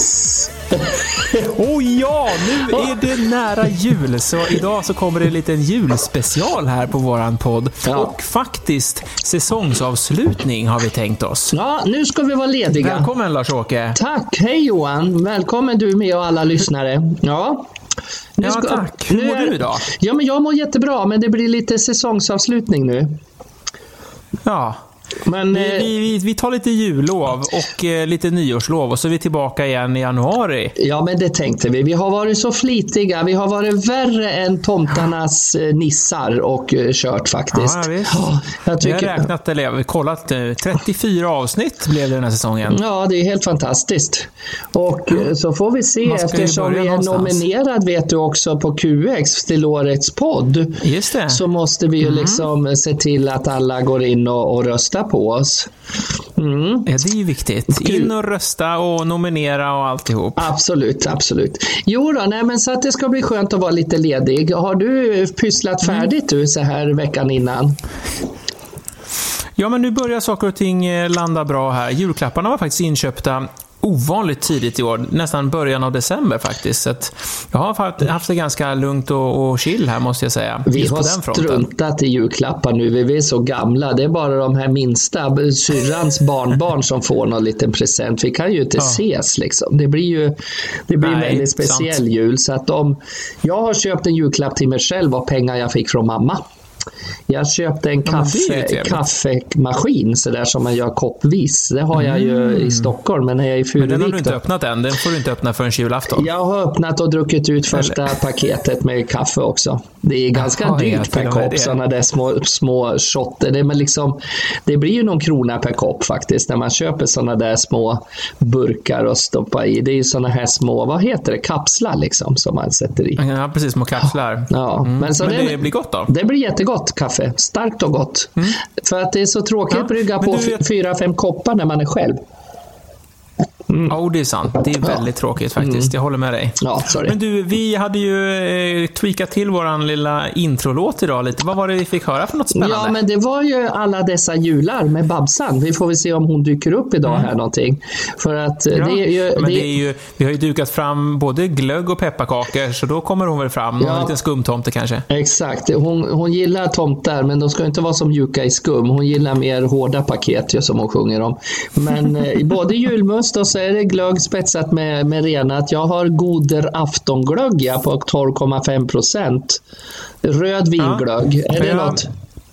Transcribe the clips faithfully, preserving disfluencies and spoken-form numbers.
Yes! Oh ja, nu är det nära jul. Så idag så kommer det en liten julspecial här på våran podd. Ja. Och faktiskt säsongsavslutning har vi tänkt oss. Ja, nu ska vi vara lediga. Välkommen Lars-Åke. Tack, hej Johan. Välkommen du med och alla lyssnare. Ja. Nu Ja, ska, tack. Hur mår är, du idag? Ja, men jag mår jättebra, men det blir lite säsongsavslutning nu. Ja. Men, Vi, vi, vi, vi tar lite jullov och eh, lite nyårslov och så är vi tillbaka igen i januari. Ja, men det tänkte vi. Vi har varit så flitiga. Vi har varit värre än tomtarnas eh, nissar och eh, kört faktiskt. Ja, visst. Ja, jag tycker... Vi har räknat, eller vi har kollat, eh, trettiofyra avsnitt blev det den här säsongen. Ja, det är helt fantastiskt. Och eh, så får vi se, eftersom vi är någonstans. nominerad, vet du, också på Q X till årets podd. Just det. Så måste vi ju mm. liksom se till att alla går in och, och röstar på oss. Mm. Ja, det är ju viktigt. In och rösta och nominera och alltihop. Absolut, absolut. Jo då, nej, men så att det ska bli skönt att vara lite ledig. Har du pysslat färdigt du så här veckan innan? Ja, men nu börjar saker och ting landa bra här. Julklapparna var faktiskt inköpta ovanligt tidigt i år, nästan början av december faktiskt. Så att jag har haft det ganska lugnt och, och chill här, måste jag säga. Vi har struntat i julklappar nu, vi är så gamla. Det är bara de här minsta, syrrans barnbarn som får någon liten present. Vi kan ju inte ja. ses liksom. Det blir ju det blir Nej, en väldigt speciell sant. jul. Så att om jag har köpt en julklapp till mig själv av pengar jag fick från mamma. Jag köpte en kaffe, kaffemaskin så där som man gör koppvis. Det har jag ju mm. i Stockholm, men när jag är i Furuvik. Men den har du inte då. öppnat än. Den får du inte öppna förrän julafton. Jag har öppnat och druckit ut första Eller? paketet med kaffe också. Det är ganska Aha, dyrt per kopp, sådana där små, små shotter. Det, är liksom, det blir ju någon krona per kopp faktiskt när man köper sådana där små burkar och stoppa i. Det är ju sådana här små, vad heter det, kapslar liksom som man sätter i. Ja, precis, små kapslar. Ja, mm. men, så men det, det blir gott då? Det blir jättegott kaffe, starkt och gott. Mm. För att det är så tråkigt ja, att brygga på vet... fyra, fem koppar när man är själv. Mm. Ja, det är sant. Det är väldigt ja. tråkigt faktiskt. Mm. Jag håller med dig. Ja, sorry. Men du, vi hade ju eh, tweakat till våran lilla introlåt idag lite. Vad var det vi fick höra för något spännande? Ja, men det var ju alla dessa jular med Babsan. Vi får väl se om hon dyker upp idag mm. här någonting. För att ja. det är ju... Men det... det är ju, vi har ju dukat fram både glögg och pepparkakor, så då kommer hon väl fram. Någon ja. liten skumtomte kanske. Exakt. Hon, hon gillar tomtar, men de ska inte vara som mjuka i skum. Hon gillar mer hårda paket, ju, som hon sjunger om. Men eh, både julmust och så är det glögg spetsat med, med renat. Jag har goder aftonglögg ja, på tolv komma fem procent. Röd vinglögg. Ja, är det jag... något?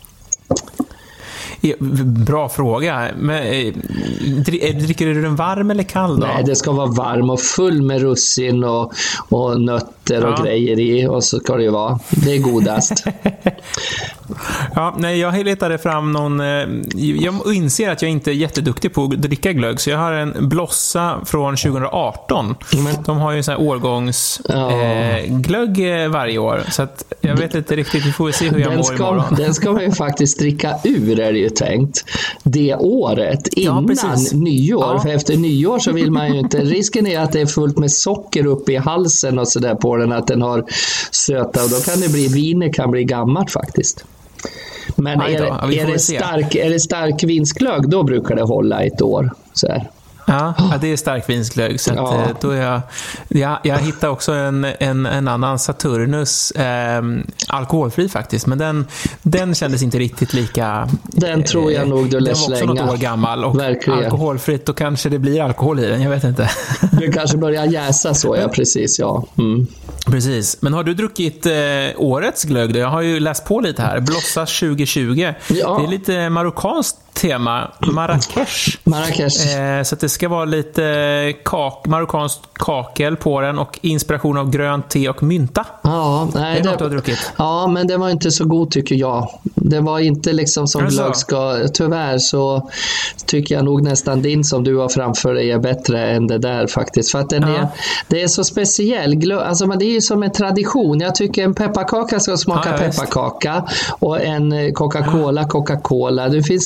Bra fråga. Men, dricker du den varm eller kall då? Nej, det ska vara varm och full med russin och, och nötter och ja. grejer i. Och så ska det ju vara. Det är godast. Ja, nej, jag letade fram någon... Jag inser att jag inte är jätteduktig på att dricka glögg, så jag har en blossa från tjugo arton. Mm. De har ju en sån här årgångs ja. eh, glögg varje år, så att jag vet inte riktigt. Vi får se hur jag den mår ska, imorgon. Den ska man ju faktiskt dricka ur, är det ju tänkt. Det året innan ja, nyår. Ja. För efter nyår så vill man ju inte... Risken är att det är fullt med socker uppe i halsen och sådär på den, att den har söta, och då kan det bli, vinet kan bli gammalt faktiskt. Men är, ja, är, det stark, är det stark vinsglögg, då brukar det hålla ett år. Så här. Ja, ja, det är stark vinsglögg. Så ja. att, då är jag, jag, jag hittade också en, en, en annan Saturnus eh, alkoholfri faktiskt. Men den, den kändes inte riktigt lika... Den tror jag nog du lär slänga. Den var också något år gammal. Och verkligen. Alkoholfritt, då kanske det blir alkohol i den. Jag vet inte. Du kanske börjar jäsa så, ja precis. Ja. Mm. Precis. Men har du druckit eh, årets glögg då? Jag har ju läst på lite här. Blossa tjugo tjugo. Ja. Det är lite marockanskt tema. Marrakesh. Marrakesh. Eh, så att det ska vara lite kak, marockanskt kakel på den och inspiration av grönt te och mynta. Ja, nej, det är det, något du har druckit. Ja, men det var inte så god tycker jag. Det var inte liksom som glögg ska... Tyvärr så tycker jag nog nästan din som du har framför dig är bättre än det där faktiskt. För att den ja. är, det är så speciell. Glö, alltså, men det är ju som en tradition. Jag tycker en pepparkaka ska smaka ja, pepparkaka och en Coca-Cola, Coca-Cola. Det finns ju liksom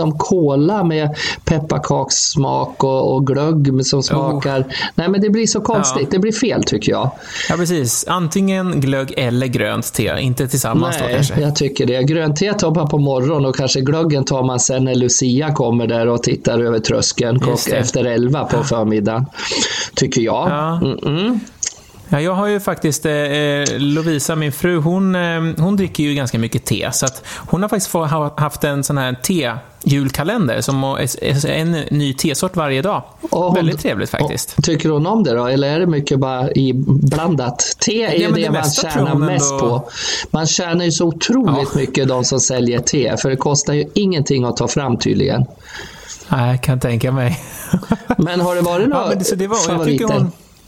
som kola med pepparkakssmak och, och glögg som smakar. Oh. Nej, men det blir så konstigt. Ja. Det blir fel tycker jag. Ja, precis. Antingen glögg eller grönt te. Inte tillsammans. Nej, då kanske. Jag tycker det. Grönt te tar man på morgon och kanske glöggen tar man sen när Lucia kommer där och tittar över tröskeln och efter elva på förmiddagen. Tycker jag. Ja. Mm-mm. Ja, jag har ju faktiskt eh, Lovisa, min fru, hon, eh, hon dricker ju ganska mycket te, så att hon har faktiskt få, ha, haft en sån här te-julkalender som är en ny tesort varje dag. Hon, väldigt trevligt faktiskt. Tycker hon om det då? Eller är det mycket bara i blandat? Te är ja, ju det, det man tjänar mest ändå... på. Man tjänar ju så otroligt ja. mycket de som säljer te, för det kostar ju ingenting att ta fram tydligen. Nej, jag kan tänka mig. Men har det varit några ja, men det, så det var, favoriter? Jag hon...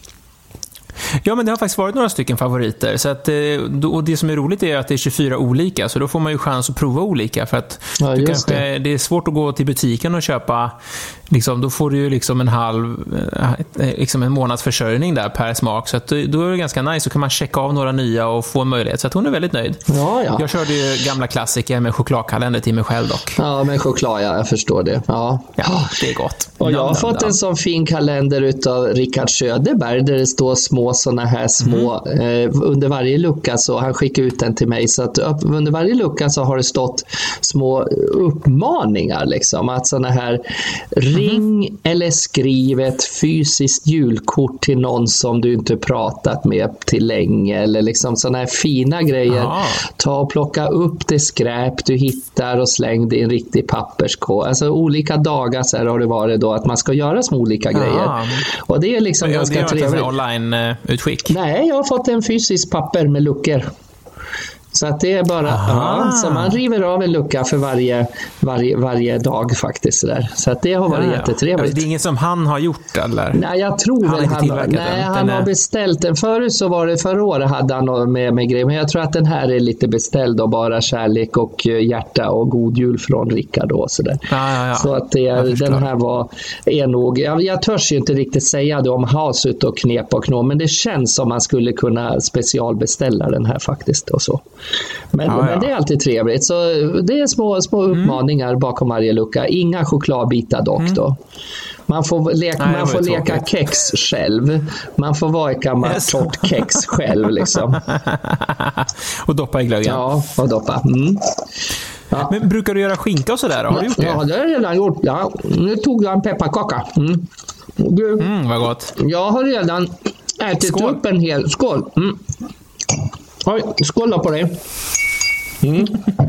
Ja, men det har faktiskt varit några stycken favoriter. Så att, och det som är roligt är att det är tjugofyra olika, så då får man ju chans att prova olika. För att ja, du kanske, det. det är svårt att gå till butiken och köpa, liksom, då får du ju liksom en halv liksom en månads försörjning där per smak. Så att då är det ganska nice, så kan man checka av några nya och få en möjlighet. Så att hon är väldigt nöjd. Ja, ja. Jag körde ju gamla klassiker med chokladkalender till mig själv dock. Ja, med choklad, ja, jag förstår det. Ja, ja det är gott. Och jag har nam, fått nam. en sån fin kalender utav Rickard Söderberg där det står små såna här små mm. eh, under varje lucka, så han skickar ut den till mig, så att upp, under varje lucka så har det stått små uppmaningar liksom, att såna här ring mm. eller skriv ett fysiskt julkort till någon som du inte pratat med till länge, eller liksom såna här fina grejer. Aha. Ta och plocka upp det skräp du hittar och släng det i en riktig papperskål. Alltså olika dagar så här har det varit då att man ska göra små olika Aha. grejer. Och det är liksom jag, ganska det trevligt. Det är online-utskick. Nej, jag har fått en fysisk papper med luckor. Så att det är bara ja, så man river av en lucka för varje, varje, varje dag faktiskt. Så, där. Så att det har varit ja, ja. jättetrevligt. Det är inget som han har gjort eller? Nej, jag tror han väl han, nej, han har är... beställt den. Förut så var det förra året hade han med, med grejer. Men jag tror att den här är lite beställd och bara kärlek och hjärta och god jul från Rickard och så där. Ja, ja, ja. Så att det, den här var är nog, jag, jag törs ju inte riktigt säga det om has ut och knep och knå, men det känns som man skulle kunna specialbeställa den här faktiskt och så. Men, ja, ja. men det är alltid trevligt. Så det är små, små uppmaningar mm. bakom varje lucka. Inga chokladbitar dock mm. då. Man får leka, Nej, man får leka kex själv. Man får vara ett gammalt torrt kex själv liksom. Och doppa i glöggen. Ja, och doppa. Mm. Ja. Men brukar du göra skinka och sådär? Har du gjort det? Ja, det har jag redan gjort. Ja. Nu tog jag en pepparkaka. Mm. Du, mm, vad gott. Jag har redan ätit skål. upp en hel skål. Mm. Oj, skål då på dig. Mm.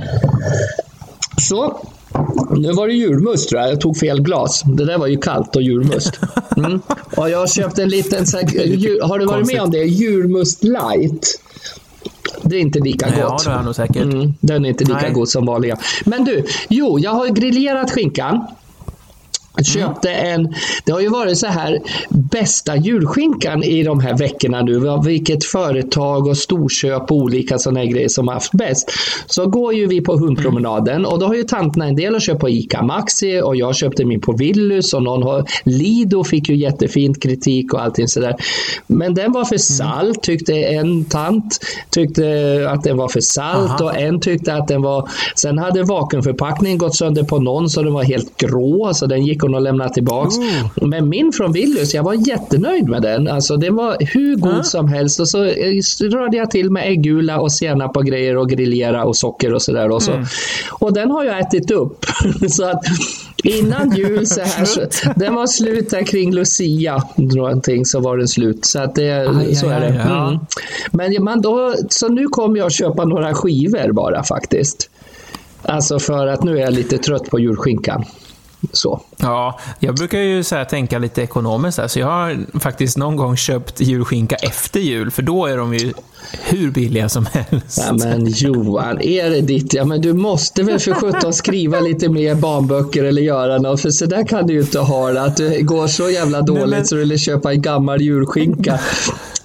Så, nu var det julmust tror jag. Jag tog fel glas. Det där var ju kallt och julmust. Mm. Och jag har köpt en liten så här, jul, har du varit med om det? Julmust light. Det är inte lika Nej, gott. Ja, det är nog säkert. Mm, den är inte lika Nej. god som vanliga. Men du, jo, jag har grillerat skinkan. Köpte en, det har ju varit så här bästa julskinkan i de här veckorna nu, vilket företag och storköp och olika sådana här grejer som har haft bäst. Så går ju vi på hundpromenaden och då har ju tanterna en del att köpa på Ica Maxi och jag köpte min på Willys och någon har, Lido fick ju jättefint kritik och allting sådär. Men den var för salt, tyckte en tant tyckte att den var för salt. Aha. Och en tyckte att den var, sen hade vakuumförpackningen gått sönder på någon så den var helt grå så den gick och lämna tillbaks. Mm. Men min från Willys, jag var jättenöjd med den. Alltså det var hur god mm. som helst och så rörde jag till med äggula och senap och grejer och grillera och socker och sådär och så. Mm. Och den har jag ätit upp. Så att innan jul så här så, den var slut där kring Lucia någonting så var den slut. Så att det aj, så aj, är det. Mm. Ja. Men man då, så nu kommer jag köpa några skivor bara faktiskt. Alltså för att nu är jag lite trött på julskinkan. Så. Ja, jag brukar ju så här tänka lite ekonomiskt där, så jag har faktiskt någon gång köpt julskinka efter jul, för då är de ju hur billiga som helst. Ja men Johan, är det ditt? Ja men du måste väl för sjutton skriva lite mer barnböcker eller göra något, för så där kan du ju inte ha det, att det går så jävla dåligt Nej, men... så du vill köpa en gammal julskinka.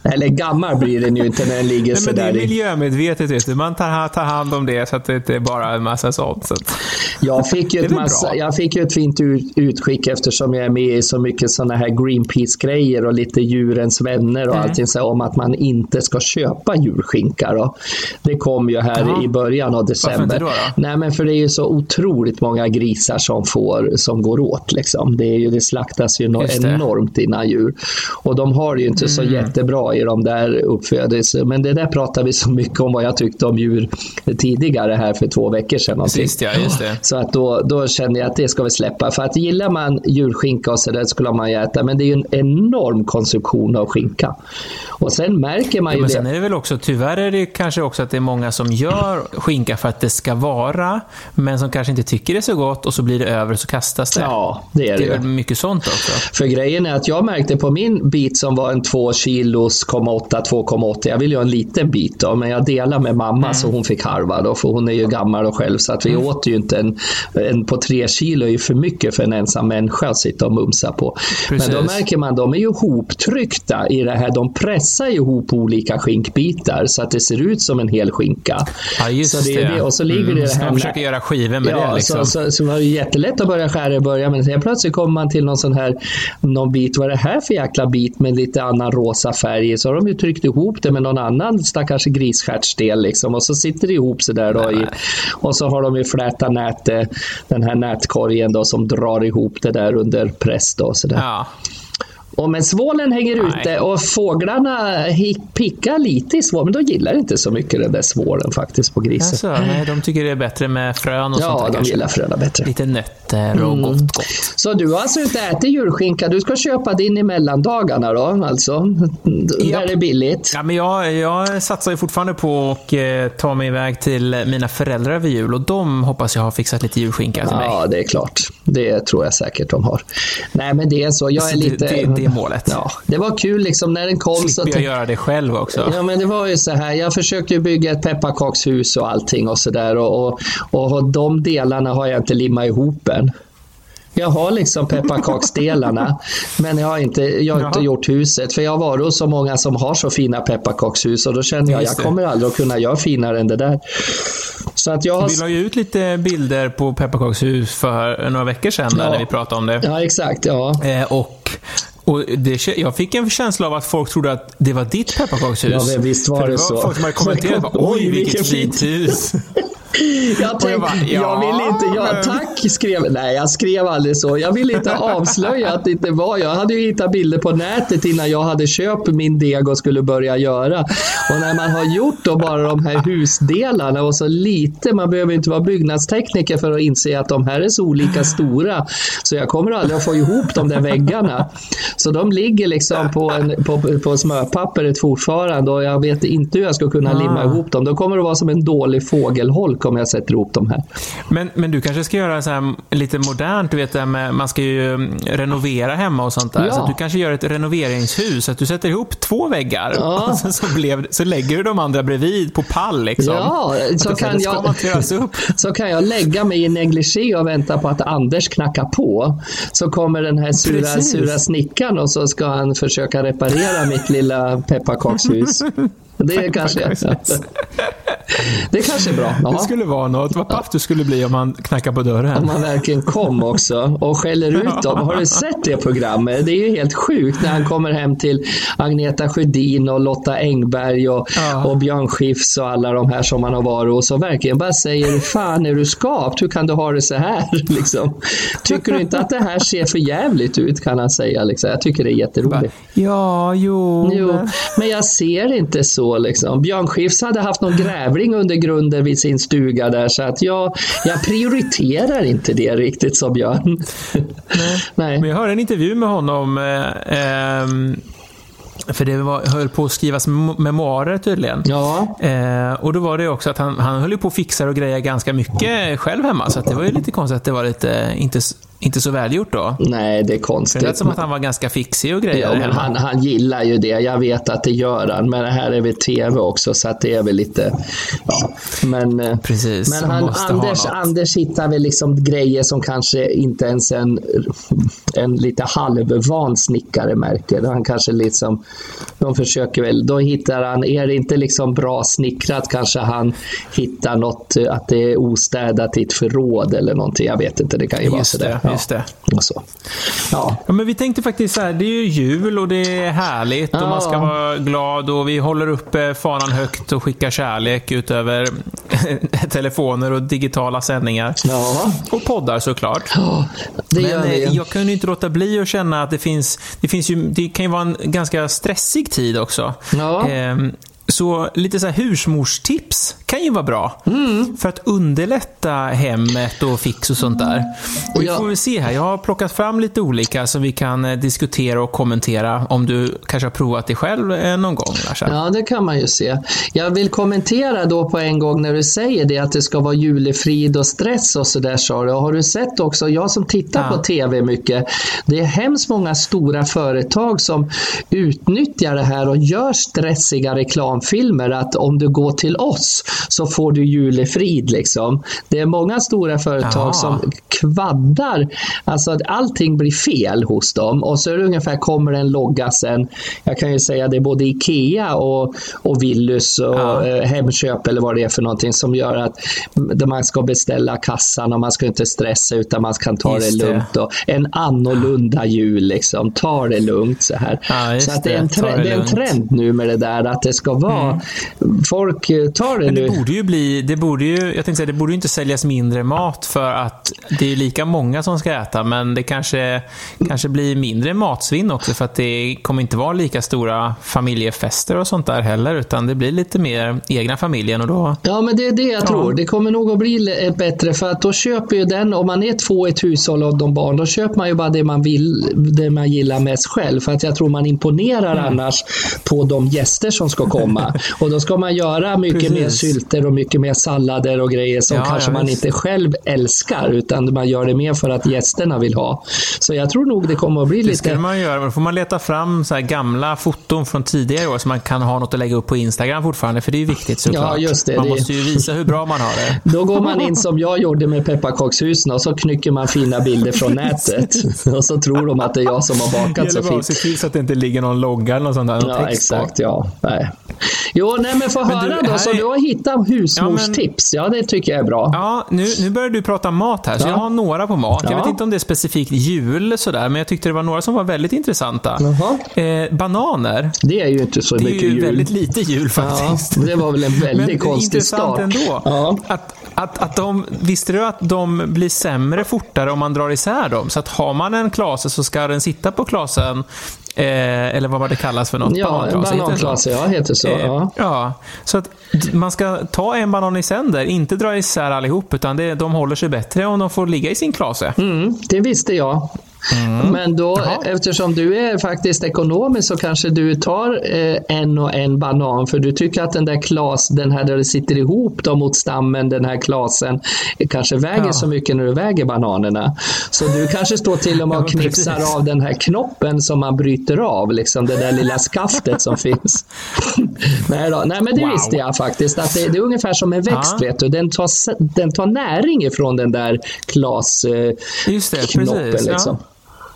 Eller gammal blir den ju inte när den ligger så där. Men det är miljömedvetet, vet du. Man tar, tar hand om det så att det inte är bara en massa sånt. Så att... jag, fick ju ett massa, jag fick ju ett fint ut, utskick eftersom jag är med i så mycket sådana här Greenpeace-grejer och lite djurens vänner och mm. allting så om att man inte ska köpa djurskinka. Då. Det kom ju här Aha. i början av december. Varför inte då, då? Nej, men för det är ju så otroligt många grisar som, får, som går åt. Liksom. Det, är ju, det slaktas ju no- enormt innan djur. Och de har det ju inte mm. så jättebra i de där uppfödelser. Men det där pratar vi så mycket om vad jag tyckte om djur tidigare här för två veckor sedan. Sist, ja, just det. Så att då, då känner jag att det ska vi släppa. För att gillar man djurskinka och så där skulle man ju äta. Men det är ju en enorm konsumtion av skinka. Och sen märker man ju ja, men det. Sen är det väl också, tyvärr är det kanske också att det är många som gör skinka för att det ska vara, men som kanske inte tycker det är så gott och så blir det över och så kastas det. Ja, det är det. Det är väl mycket sånt också. För grejen är att jag märkte på min bit som var en två kilos komma åtta, två komma åtta. Jag vill ju ha en liten bit då, men jag delar med mamma mm. så hon fick halva då, för hon är ju gammal och själv så att vi mm. åt ju inte en, en på tre kilo är ju för mycket för en ensam människa att sitta och mumsa på. Precis. Men då märker man, de är ju hoptryckta i det här, de pressar ju ihop olika skinkbitar så att det ser ut som en hel skinka. Ja, just så det. det. Och så ligger mm. det här. De försöker göra skivor med ja, det liksom. Så, så, så var det jättelätt att börja skära i början, men sen plötsligt kommer man till någon sån här någon bit, vad är det här för jäkla bit med lite annan rosa färg, så har de ju tryckt ihop det med någon annan stackars grisstjärtsdel liksom, och så sitter det ihop så där då i, och så har de ju fläta nät, den här nätkorgen då som drar ihop det där under press då så där. Ja. Och men svålen hänger Nej. ute och fåglarna pickar lite i svålen, men de gillar inte så mycket den där svålen faktiskt på grisen. Alltså, nej, de tycker det är bättre med frön och ja, sånt där. Ja, de kanske. gillar fröna bättre. Lite nötter och mm. gott, gott. Så du har alltså inte ätit djurskinka, du ska köpa din i mellandagarna då, alltså, ja. Där det är billigt. Ja, men jag, jag satsar ju fortfarande på att eh, ta mig iväg till mina föräldrar vid jul och de hoppas jag har fixat lite djurskinka till mig. Ja, det är klart. Det tror jag säkert de har. Nej, men det är så. Jag är så lite... Det, det, det är målet. Ja, det var kul liksom när den kom. Slipper så jag t- göra det själv också. Ja, men det var ju så här. Jag försökte ju bygga ett pepparkakshus och allting och så där. Och, och, och de delarna har jag inte limmat ihop än. Jag har liksom pepparkaksdelarna, men jag har inte, jag har inte gjort huset. För jag har varit hos så många som har så fina pepparkakshus och då känner jag att jag kommer aldrig att kunna göra finare än det där. Så att jag har... Vi la ju ut lite bilder på pepparkakshus för några veckor sedan ja. när vi pratade om det. Ja, exakt. Ja. Eh, och Och det, jag fick en känsla av att folk trodde att det var ditt pepparkakshus. Ja, men visst var det, det var så. Folk som hade kommenterat, bara, oj vilket fint hus. Jag tänkte, jag, bara, ja, jag vill inte, jag, tack skrev, nej jag skrev aldrig så. Jag vill inte avslöja att det inte var. Jag hade ju hittat bilder på nätet innan jag hade köpt min deg och skulle börja göra. Och när man har gjort då bara de här husdelarna och så lite, man behöver inte vara byggnadstekniker för att inse att de här är så olika stora. Så jag kommer aldrig att få ihop de där väggarna. Så de ligger liksom på, en, på, på smörpappret fortfarande och jag vet inte hur jag ska kunna limma ihop dem. Då kommer det vara som en dålig fågelholk om jag sätter ihop de här. Men, men du kanske ska göra så här lite modernt, du vet, med, man ska ju renovera hemma och sånt där. Ja. Så att du kanske gör ett renoveringshus, att du sätter ihop två väggar ja. och sen så, blev, så lägger du de andra bredvid på pall liksom. Ja, så kan, jag, upp. så kan jag lägga mig i negligé och vänta på att Anders knackar på. Så kommer den här sura, sura snickaren och så ska han försöka reparera mitt lilla pepparkakshus. Det är kanske det är kanske bra. Ja. Det skulle vara något. Vad paff du skulle bli om man knackar på dörren. Om man verkligen kom också och skäller ut dem. Har du sett det programmet? Det är ju helt sjukt när han kommer hem till Agneta Sjödin och Lotta Engberg och, ja. och Björn Skifs och alla de här som man har varit och så verkligen bara säger, fan är du skapt? Hur kan du ha det så här? Liksom. Tycker du inte att det här ser för jävligt ut, kan han säga. Liksom. Jag tycker det är jätteroligt. Ja, jo. jo. Men jag ser inte så. Liksom. Björn Skifs hade haft någon grävling under grunden vid sin stuga där, så att jag, jag prioriterar inte det riktigt som Björn. Nej. Nej. Men jag hörde en intervju med honom eh, eh, för det var, höll på att skrivas memoarer tydligen. Ja. Eh, och då var det också att han, han höll på att fixa och greja ganska mycket själv hemma, så att det var ju lite konstigt att det var lite inte Inte så välgjort då. Nej, det är konstigt. Det lät som att han var ganska fixig och grejer. Ja, men han, han gillar ju det. Jag vet att det gör han. Men det här är väl tv också, så att det är väl lite... Ja. Men, precis, men han, Anders, Anders hittar väl liksom grejer som kanske inte ens en en lite halvvan snickare märker. Han kanske liksom, de försöker väl, då hittar han, är det inte liksom bra snickrat kanske han hittar något, att det är ostädat i ett förråd eller någonting, jag vet inte, det kan ju vara just sådär. Det, ja. Just det. Och så. Ja. Ja, men vi tänkte faktiskt så här, det är ju jul och det är härligt ja. Och man ska vara glad och vi håller upp fanan högt och skickar kärlek utöver telefoner och digitala sändningar. Ja. Och poddar såklart. Ja, det men gör vi. jag kunde inte låta bli att känna att det finns, det finns ju, det kan ju vara en ganska stressig tid också. Ja. Ehm, Så lite så här husmorstips kan ju vara bra mm. för att underlätta hemmet och fix och sånt där. Och vi ja. får väl se här. Jag har plockat fram lite olika som vi kan diskutera och kommentera om du kanske har provat det själv någon gång. Larsa. Ja, det kan man ju se. Jag vill kommentera då på en gång när du säger det att det ska vara julefrid och stress och sådär, Sara. Har du sett också, jag som tittar ja. på tv mycket, det är hemskt många stora företag som utnyttjar det här och gör stressiga reklam filmer att om du går till oss så får du julefrid liksom. Det är många stora företag ja. som kvaddar, alltså att allting blir fel hos dem och så är det ungefär kommer en logga sen, jag kan ju säga det är både Ikea och, och Willys och ja. Hemköp eller vad det är för någonting som gör att man ska beställa kassan och man ska inte stressa utan man kan ta just det lugnt och en annorlunda jul liksom, ta det lugnt så här. Ja, så att det är en, trend, det, det är en trend nu med det där att det ska vara Mm. folk tar det. Men det nu. borde ju bli, det borde ju, jag tänkte säga, det borde ju inte säljas mindre mat för att det är lika många som ska äta, men det kanske, kanske blir mindre matsvinn också för att det kommer inte vara lika stora familjefester och sånt där heller, utan det blir lite mer egna familjen och då... Ja, men det är det jag ja. tror. Det kommer nog att bli bättre för att då köper ju den, om man är två i ett hushåll av de barn, då köper man ju bara det man vill, det man gillar mest själv, för att jag tror man imponerar mm. annars på de gäster som ska komma. Och då ska man göra mycket Precis. mer sylter och mycket mer sallader och grejer som ja, kanske man inte själv älskar, utan man gör det mer för att gästerna vill ha. Så jag tror nog det kommer att bli det lite... Det ska man göra, men då får man leta fram så här gamla foton från tidigare år så man kan ha något att lägga upp på Instagram fortfarande, för det är viktigt såklart. Ja, just det. Man det... måste ju visa hur bra man har det. Då går man in som jag gjorde med pepparkakshusen och så knycker man fina bilder från nätet och så tror de att det är jag som har bakat så fint. Se till så att det inte ligger någon logga eller något sånt där. Ja, exakt, på. ja. Nej. Jo, nej men få höra du, då, så är... du har hittat husmorstips. Ja, men... ja, det tycker jag är bra. Ja, nu, nu börjar du prata mat här, så ja. jag har några på mat. Ja. Jag vet inte om det är specifikt jul sådär, men jag tyckte det var några som var väldigt intressanta. Eh, bananer. Det är ju inte så mycket jul. Det är ju jul. väldigt lite jul faktiskt. Ja, det var väl en väldigt men konstig start. Men ändå. Ja. Att, att, att de, visste du att de blir sämre fortare om man drar isär dem? Så att har man en klase så ska den sitta på klasen. Eh, eller vad det kallas för något. Ja, en bananklase, ja, heter så. Eh, ja. ja, så att man ska ta en banan i sänder, inte dra isär allihop, utan det, de håller sig bättre om de får ligga i sin klase. Mm, det visste jag. Mm. Men då, Jaha. eftersom du är faktiskt ekonomisk så kanske du tar eh, en och en banan, för du tycker att den där klas, den här där det sitter ihop då mot stammen, den här klasen eh, kanske väger ja. så mycket när du väger bananerna. Så du kanske står till och med och ja, knipsar precis. av den här knoppen som man bryter av, liksom det där lilla skaftet som finns. Nej, då. Nej, men det wow. visste jag faktiskt, att det, det är ungefär som en växt, ja. vet du. Den tar, den tar näring ifrån den där klasknoppen. Eh, Just det, precis. Liksom. Ja.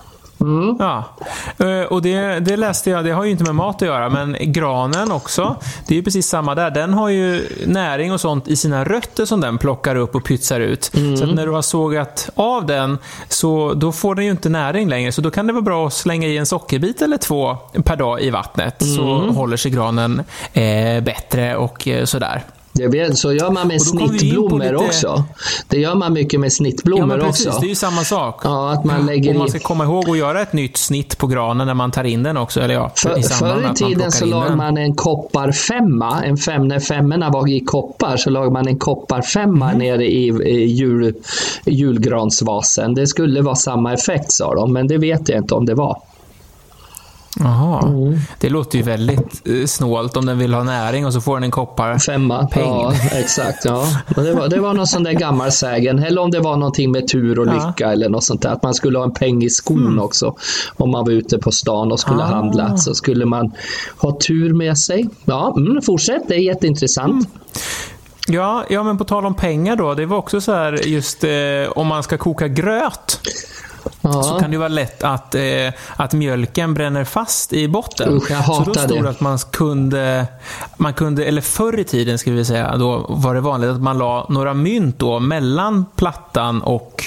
Mm. Ja, och det, det läste jag, det har ju inte med mat att göra, men granen också, det är ju precis samma där, den har ju näring och sånt i sina rötter som den plockar upp och pytsar ut, mm. så att när du har sågat av den så då får den ju inte näring längre, så då kan det vara bra att slänga i en sockerbit eller två per dag i vattnet, mm. så håller sig granen eh, bättre och eh, sådär. Det vet, så gör man med snittblommor lite... också. Det gör man mycket med snittblommor ja, men precis, också. Det är ju samma sak. Ja, att man lägger och man ska komma ihåg att göra ett nytt snitt på granen när man tar in den också. Eller ja, för, i förr i tiden så lag man en kopparfemma. En fem, när femmorna var i koppar så lag man en kopparfemma mm. nere i, i jul, julgransvasen. Det skulle vara samma effekt, sa de. Men det vet jag inte om det var. Jaha, mm. det låter ju väldigt eh, snålt om den vill ha näring och så får den en koppar femma, peng. Ja, exakt, ja. Det var, det var någon sån där gammal sägen, eller om det var någonting med tur och lycka ja. eller något sånt där, att man skulle ha en peng i skon mm. också om man var ute på stan och skulle ah. handla, så skulle man ha tur med sig. Ja, mm, fortsätt, det är jätteintressant. Mm. Ja, ja, men på tal om pengar då, det var också så här just eh, om man ska koka gröt. ja. så kan det vara lätt att, eh, att mjölken bränner fast i botten. Usch, jag hatar så då stod det att man kunde, man kunde, eller förr i tiden ska vi säga, då var det vanligt att man la några mynt då mellan plattan och,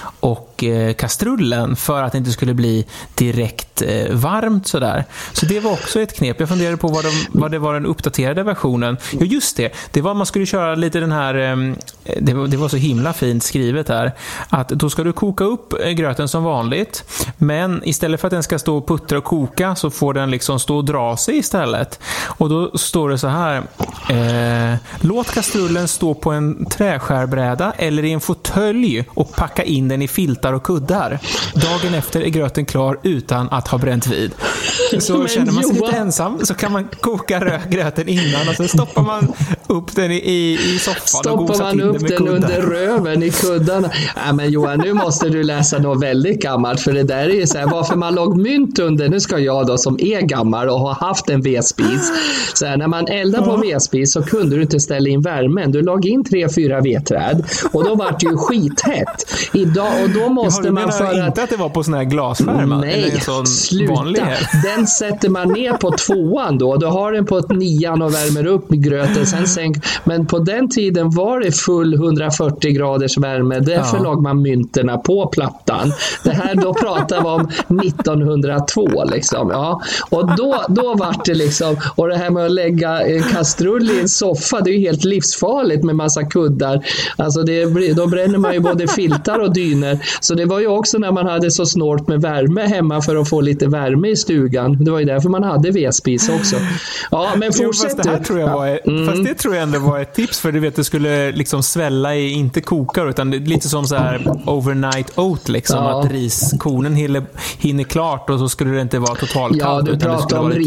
och eh, kastrullen för att det inte skulle bli direkt eh, varmt sådär. Så det var också ett knep. Jag funderade på vad, de, vad det var den uppdaterade versionen. Ja, just det. Det var man skulle köra lite den här eh, det, var, det var så himla fint skrivet här att då ska du koka upp gröten som vanligt, men istället för att den ska stå och puttra och koka så får den liksom stå och dra sig istället. Och då står det så här: eh, låt kastrullen stå på en träskärbräda eller i en fåtölj och packa in den i filtar och kuddar. Dagen efter är gröten klar utan att ha bränt vid. Så men känner man sig Johan. lite ensam så kan man koka gröten innan och så stoppar man upp den i, i soffan stoppar och gosar till den med kuddar. Stoppar man upp den under röven i kuddarna. Ja, men Johan, nu måste du läsa något väldigt gammalt, för det där är ju så här, varför man låg mynt under. Nu ska jag då som är gammal och har haft en vedspis. Så här, när man eldar på vedspis så kunde du inte ställa in värmen. Du låg in tre, fyra vedträd och då var det ju skithett. Idag, och då måste ja, man för inte att... att det var på sån här glasskärm? Nej, en sån sluta. Den sätter man ner på tvåan då. Då har den på ett nian och värmer upp med gröten. Sen sänk... Men på den tiden var det full hundrafyrtio graders värme. Därför ja. låg man mynterna på plattan. Det här, då pratar vi om nittonhundratvå liksom. Ja. Och då, då var det liksom, och det här med att lägga en kastrull i en soffa, det är ju helt livsfarligt med massa kuddar. Alltså det, då bränner man ju både filtar och dyner. Så det var ju också när man hade så snålt med värme hemma för att få lite värme i stugan. Det var ju därför man hade vedspis också. Ja, men fortsätt. Jo, fast, det här tror jag var ett, mm. fast det tror jag ändå var ett tips, för du vet, det skulle liksom svälla i, inte kokar, utan det är lite som så här overnight oat liksom, ja. att riskornen hinner, hinner klart och så skulle det inte vara totalt ja, kallt. Ja, du pratade om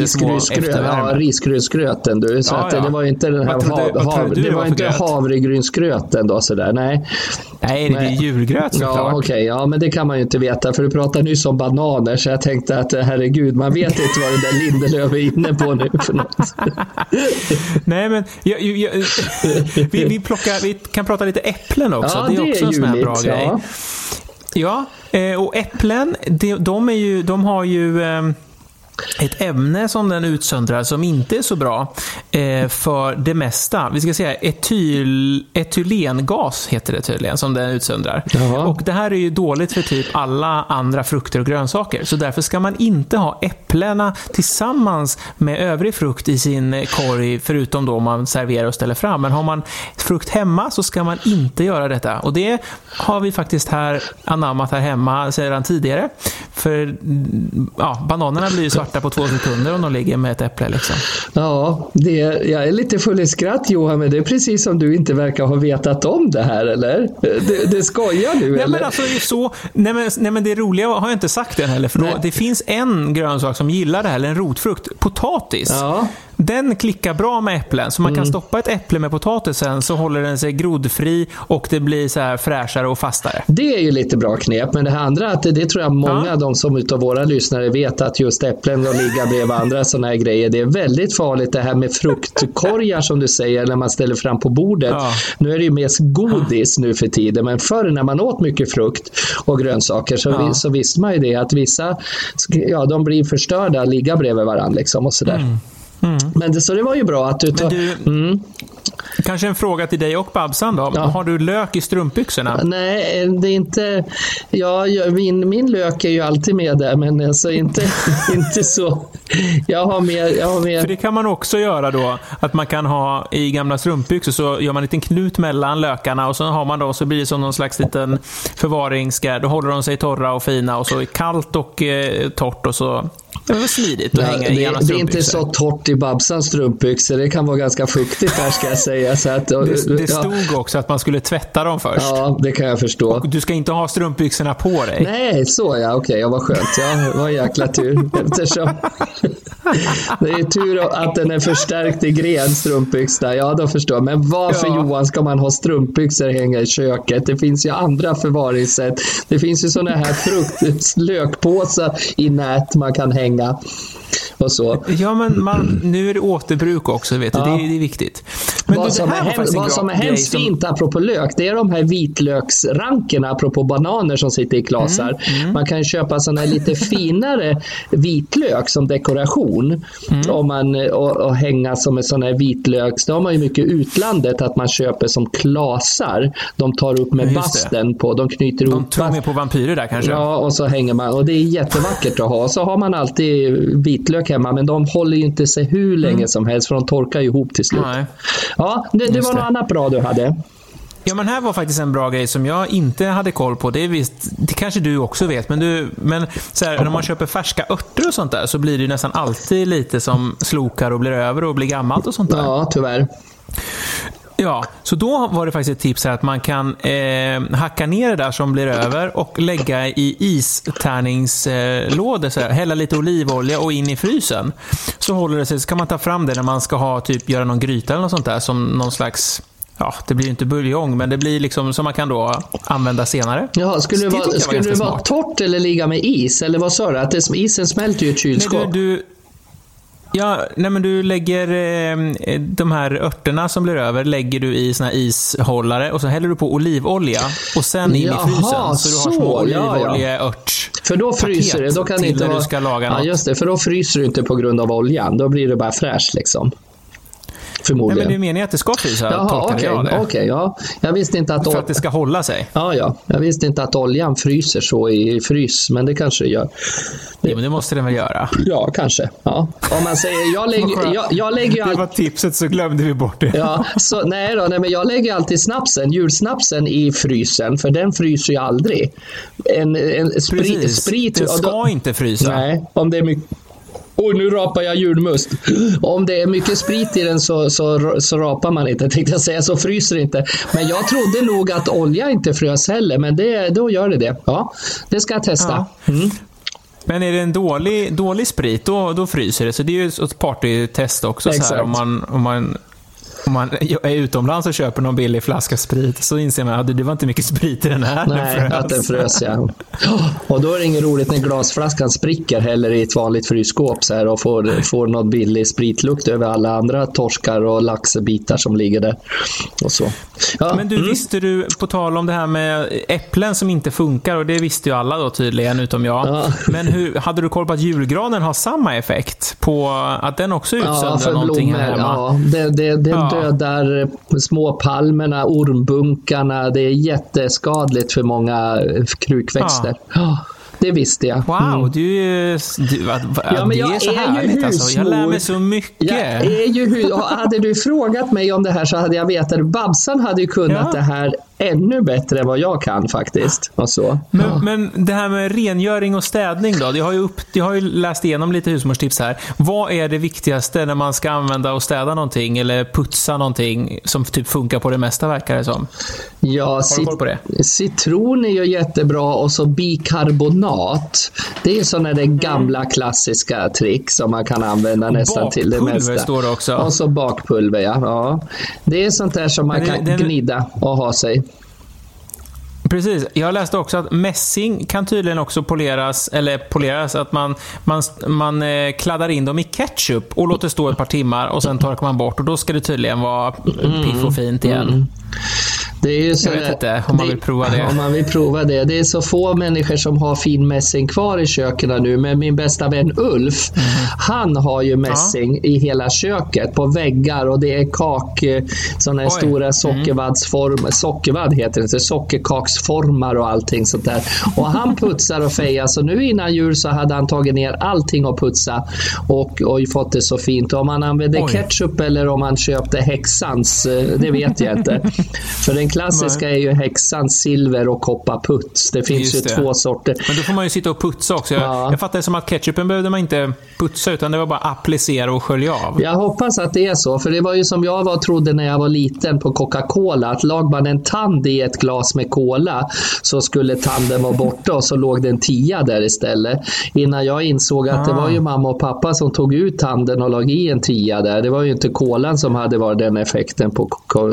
risgrynsgröten ja, du, så ja, att ja. det var ju inte den här trodde, hav, hav, det var inte havregrynsgröten då sådär, nej. Nej, det är julgröt såklart. Ja, okej, okay, ja, men det kan man ju inte veta, för du pratade nyss om bananer, så jag tänkte att herregud, man vet inte vad det där Lindelöf är inne på nu för något. Nej, men jag, jag, vi, vi, plockar, vi kan prata lite äpplen också. Ja, det är det också är en sån här bra ja. grej. Ja, och äpplen, de, de, är ju, de har ju ett ämne som den utsöndrar som inte är så bra eh, för det mesta. Vi ska säga etyl, etylengas heter det tydligen som den utsöndrar. Jaha. Och det här är ju dåligt för typ alla andra frukter och grönsaker. Så därför ska man inte ha äpplena tillsammans med övrig frukt i sin korg, förutom då man serverar och ställer fram. Men har man frukt hemma så ska man inte göra detta. Och det har vi faktiskt här anammat här hemma sedan tidigare. För ja, bananerna blir ju svarta på två sekunder om de ligger med ett äpple liksom. Ja, det, jag är lite full i skratt Johan, men det är precis som du inte verkar ha vetat om det här, eller? Det, det skojar du, nej, eller? Men alltså, det är så, nej, men, nej men det roliga har jag inte sagt än heller, för då, det finns en grönsak som gillar det här, eller en rotfrukt, potatis. Ja. Den klickar bra med äpplen, så man mm. kan stoppa ett äpple med potatisen så håller den sig grodfri och det blir så här fräschare och fastare. Det är ju lite bra knep, men det här andra, att det, det tror jag många ja. de som utav våra lyssnare vet, att just äpplen och ligga bredvid andra sådana här grejer, det är väldigt farligt det här med fruktkorgar som du säger när man ställer fram på bordet. Ja. Nu är det ju mest godis ja. nu för tiden, men förr när man åt mycket frukt och grönsaker så, ja. vi, så visste man ju det att vissa, ja, de blir förstörda, ligga bredvid varandra liksom och sådär. Mm. Mm. Men det, så det var ju bra att du tar... Du, mm. Kanske en fråga till dig och Babsan då. Ja. Har du lök i strumpbyxorna? Nej, det är inte... Ja, min, min lök är ju alltid med där, men alltså inte, inte så... Jag har mer, jag har mer... För det kan man också göra då, att man kan ha i gamla strumpbyxor så gör man en liten knut mellan lökarna och så har man då, så blir det som någon slags liten förvaringsgärd. Då håller de sig torra och fina och så är kallt och eh, torrt och så... Det var smidigt att ja, hänga i gamla strumpbyxor. Det är inte så torrt i Babsans strumpbyxor. Det kan vara ganska fuktigt här, ska jag säga. Så att, och, det, det stod ja. också att man skulle tvätta dem först. Ja, det kan jag förstå. Och du ska inte ha strumpbyxorna på dig. Nej, så ja. Okej, okay, jag var skönt. Ja, det var en jäkla tur. Eftersom det är tur att den är förstärkt i gren, strumpbyxorna. Ja, då förstår jag. Men varför, ja. Johan, ska man ha strumpbyxor hänga i köket? Det finns ju andra förvaringssätt. Det finns ju såna här frukt, lökpåsar i nät man kan hänga. Och så. Ja, men man, nu är det återbruk också, vet du. Ja. Det, är, det är viktigt. vad som är, hem, vad som är hemskt som... fint apropå lök, det är de här vitlöksrankerna apropå bananer som sitter i klasar. Mm, mm. Man kan köpa sådana här lite finare vitlök som dekoration mm. om man, och, och hänga som en sån här vitlök. Då har man ju mycket utlandet att man köper som klasar. De tar upp med basten på, de knyter de ihop. De tror med på vampyrer där kanske. Ja, och så hänger man, och det är jättevackert att ha. Så har man alltid vitlök hemma, men de håller ju inte sig hur länge mm. som helst, för de torkar ju ihop till slut. Nej. Ja, det, det var det. Något annat bra du hade. Ja, men här var faktiskt en bra grej som jag inte hade koll på. Det är visst, det kanske du också vet, men du, men så här, när man köper färska örter och sånt där så blir det ju nästan alltid lite som slokar och blir över och blir gammalt och sånt där. Ja, tyvärr. Ja, så då var det faktiskt ett tips här att man kan eh, hacka ner det där som blir över och lägga i istärningslådor, så här, hälla lite olivolja och in i frysen. Så håller det sig, så kan man ta fram det när man ska ha typ göra någon gryta eller något sånt där som någon slags, ja, det blir ju inte buljong, men det blir liksom som man kan då använda senare. Ja, skulle det, det vara, skulle det vara torrt eller ligga med is, eller vad sa du? Att det, isen smälter ju i ett kylskåp. Nej, du, du Ja, nej men du lägger eh, de här örterna som blir över lägger du i såna här ishållare och så häller du på olivolja och sen in Jaha, i frysen så, så du har små olivolja, ja. ört. För då fryser det, då kan det inte vara, du ska laga något. Ja, just det, för då fryser du inte på grund av oljan. Då blir det bara fräscht liksom. Förmodligen. Nej, men det är meningen att det ska frysa. Jaha, okej, okay, okay, ja. Jag visste inte att... För att det ska hålla sig. Ja, ja. Jag visste inte att oljan fryser så i frys, men det kanske det gör. Det... Ja, men det måste den väl göra. Ja, kanske. Ja. Om man säger, jag lägger, jag, jag lägger ju all... Det var tipset, så glömde vi bort det. Ja, så, nej då, nej, men jag lägger alltid snapsen, julsnapsen i frysen, för den fryser ju aldrig. En, en sprit, Precis. sprit... Den ska då, inte frysa. Nej, om det är mycket... Oj, nu rapar jag julmust. Om det är mycket sprit i den så, så, så rapar man inte, tänkte jag säga, så fryser inte. Men jag trodde nog att olja inte frös heller, men det, då gör det det. Ja, det ska jag testa. Ja. Mm. Men är det en dålig, dålig sprit, då, då fryser det. Så det är ju ett partytest också. Så här, om man... Om man Om man är utomlands och köper någon billig flaska sprit så inser man att det var inte mycket sprit i den här. Nej, den att den frös, ja. Och då är det inget roligt när glasflaskan spricker heller i ett vanligt frysskåp så här, och får, får något billig spritlukt över alla andra torskar och laxbitar som ligger där. Och så. Ja. Men du, mm. visste du, på tal om det här med äpplen som inte funkar, och det visste ju alla då tydligen utom jag. Ja. Men hur, hade du koll på att julgranen har samma effekt på att den också utsöndrar ja, någonting blommor, här hemma? Ja, det, det, det ja. dödar små palmerna, ormbunkarna. Det är jätteskadligt för många krukväxter. Ja. Det visste jag. Wow, mm. du, du vad, ja, men jag det är så är härligt. Ju alltså. Jag lär mig så mycket. Jag är ju hus- hade du frågat mig om det här så hade jag vetat. Babsan hade ju kunnat ja. det här ännu bättre än vad jag kan faktiskt. Och så. Men, ja. men det här med rengöring och städning då? Jag har, ju upp, jag har ju läst igenom lite husmorstips här. Vad är det viktigaste när man ska använda och städa någonting eller putsa någonting som typ funkar på det mesta, verkar det som? Ja, har du koll på det? Citron är ju jättebra, och så bikarbonat. Det är sådana där gamla klassiska trick som man kan använda och nästan till det mesta. Bakpulver står det också. Och så bakpulver, ja. ja. Det är sånt där som man det, kan den... gnida och ha sig. Precis, jag läste också att mässing kan tydligen också poleras, eller poleras, att man, man, man eh, kladdar in dem i ketchup och låter stå ett par timmar och sen torkar man bort, och då ska det tydligen vara piff och fint igen. Mm. Det är ju så jag vet där, inte om man det, vill prova det. Om man vill prova det. Det är så få människor som har fin mässing kvar i köken nu. Men min bästa vän Ulf, mm. han har ju mässing ja. i hela köket på väggar, och det är kak, sådana här stora sockervaddsform, mm. sockervadd heter det, sockerkaksformar och allting sånt där. Och han putsar och fejar, så nu innan jul så hade han tagit ner allting och putsa och, och fått det så fint. Och om man använde Oj. ketchup eller om man köpte häxans, det vet jag inte. För den klassiska Nej. är ju häxans silver och kopparputs. Det finns Just ju det. två sorter. Men då får man ju sitta och putsa också. Jag, ja. jag fattar det som att ketchupen behövde man inte putsa, utan det var bara applicera och skölja av. Jag hoppas att det är så. För det var ju som jag var trodde när jag var liten på Coca-Cola, att lag man en tand i ett glas med cola så skulle tanden vara borta, och så låg det en tia där istället. Innan jag insåg att ah. det var ju mamma och pappa som tog ut tanden och lag i en tia där. Det var ju inte kolan som hade varit den effekten på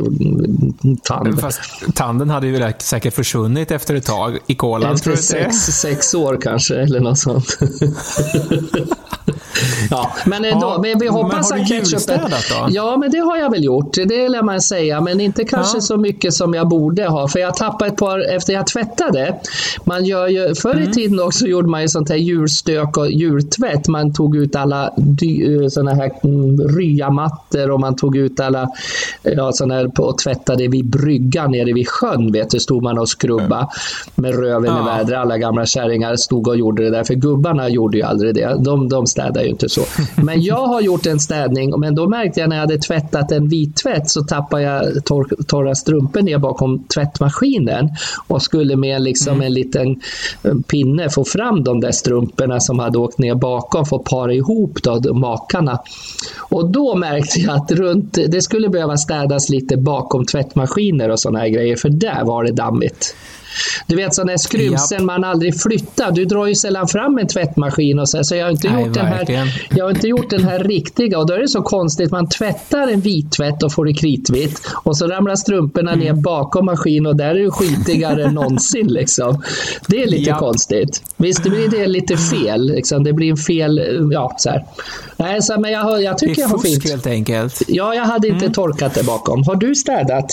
tanden. Fast tanden hade ju säkert försvunnit efter ett tag i kolan. Efter sex, sex år kanske, eller något sånt. Ja, men då, ja, men vi hoppas men att ketchupen... Då? Ja, men det har jag väl gjort. Det lär man säga, men inte kanske ja. så mycket som jag borde ha. För jag tappade ett par efter jag tvättade. Man gör ju, förr i mm. tiden också gjorde man ju sånt här djurstök och djurtvätt. Man tog ut alla dy, såna här ryamattor och man tog ut alla ja, såna här och tvättade vid bryggan nere vid sjön, vet du, stod man och skrubba mm. med röven ja. i vädret. Alla gamla kärringar stod och gjorde det där, för gubbarna gjorde ju aldrig det. De, de städade ju inte så. Men jag har gjort en städning, men då märkte jag när jag hade tvättat en vit tvätt så tappade jag tor- torra strumpor ner bakom tvättmaskinen och skulle med liksom mm. en liten pinne få fram de där strumporna som hade åkt ner bakom för att para ihop då, makarna. Och då märkte jag att runt, det skulle behöva städas lite bakom tvättmaskiner och såna här grejer, för där var det dammigt. Du vet sådana här skrymsen man aldrig flyttar. Du drar ju sällan fram en tvättmaskin och så, så jag har inte Nej, gjort den här jag har inte gjort den här riktiga, och då är det så konstigt, man tvättar en vit tvätt och får det kritvitt och så ramlar strumporna mm. ner bakom maskinen och där är det skitigare än någonsin liksom. Det är lite Japp. konstigt. Visst, det blir det lite fel liksom. Det blir en fel, ja så här. Nej, så, men jag, jag tycker det är jag har fusk, fint. helt enkelt. Ja, jag hade inte mm. torkat det bakom. Har du städat?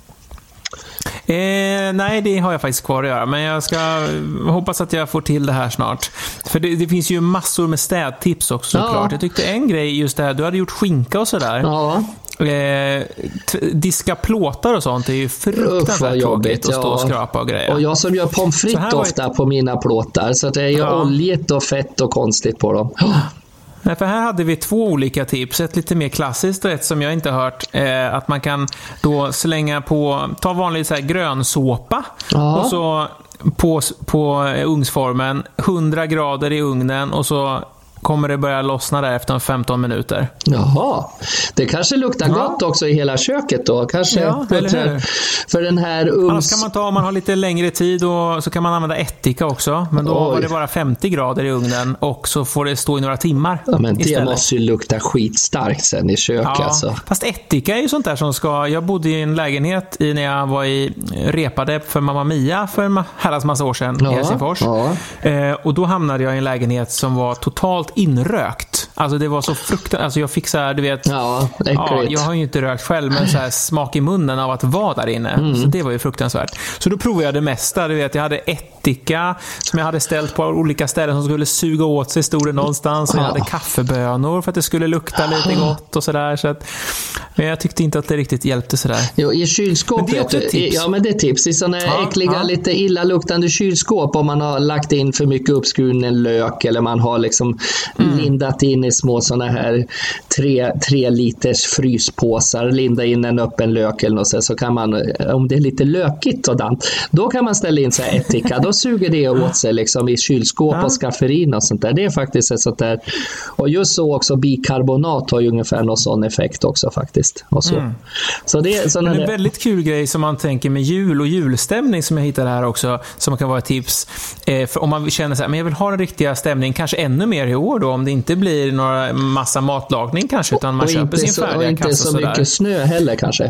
Eh, nej, det har jag faktiskt kvar att göra. Men jag ska hoppas att jag får till det här snart. För det, det finns ju massor med städtips också såklart. Ja. Jag tyckte en grej just det här, du hade gjort skinka och sådär. Ja. Eh, t- diska plåtar och sånt är ju fruktansvärt tråkigt att stå och skrapa och grejer. Och jag som gör pommes frites ofta ett... på mina plåtar, så det är ju ja. oljigt och fett och konstigt på dem. Nej, för här hade vi två olika tips. Ett lite mer klassiskt och ett som jag inte har hört. Eh, att man kan då slänga på, ta vanlig så här grönsåpa ja. och så på, på ugnsformen hundra grader i ugnen och så kommer det börja lossna där efter femton minuter. Jaha, det kanske luktar ja. gott också i hela köket då. Kanske ja, bättre för den här ums... Annars kan man ta, om man har lite längre tid och så kan man använda ättika också. Men då Oj. var det bara femtio grader i ugnen och så får det stå i några timmar. Ja, men det istället. måste ju lukta skitstarkt sen i köket. Ja, alltså. Fast ättika är ju sånt där som ska... Jag bodde i en lägenhet i, när jag var i repade för Mamma Mia för en herrans massa år sedan ja, i Helsingfors. Ja. Eh, och då hamnade jag i en lägenhet som var totalt inrökt. Alltså det var så fruktansvärt. Alltså jag fick så här, du vet. Ja, ja, jag har ju inte rökt själv, men så här smak i munnen av att vara där inne. Mm. Så det var ju fruktansvärt. Så då provade jag det mesta. Du vet, jag hade ättika som jag hade ställt på olika ställen som skulle suga åt sig, stod det någonstans. Och jag hade kaffebönor för att det skulle lukta lite gott och sådär. Så att, men jag tyckte inte att det riktigt hjälpte sådär. Jo, i kylskåpet. Men det är också ett tips. Ja, men det är tips. I sådana ja, äckliga, ja. lite illaluktande kylskåp, om man har lagt in för mycket uppskuren lök eller man har liksom Mm. lindat in i små såna här tre, tre liters fryspåsar, linda in en öppen lök eller något så, så kan man, om det är lite lökigt sådant, då kan man ställa in så här ättika, då suger det åt sig liksom i kylskåp ja. och skafferin och sånt där. Det är faktiskt ett sånt där, och just så också bikarbonat har ju ungefär någon sån effekt också faktiskt. Och så. Mm. Så det är såna en där... väldigt kul grej som man tänker med jul och julstämning som jag hittade här också, som kan vara ett tips eh, för om man känner så här, men jag vill ha en riktiga stämning, kanske ännu mer i år då, om det inte blir några massa matlagning kanske, utan man och köper sin färdiga kasse. Och inte så, så mycket snö heller kanske.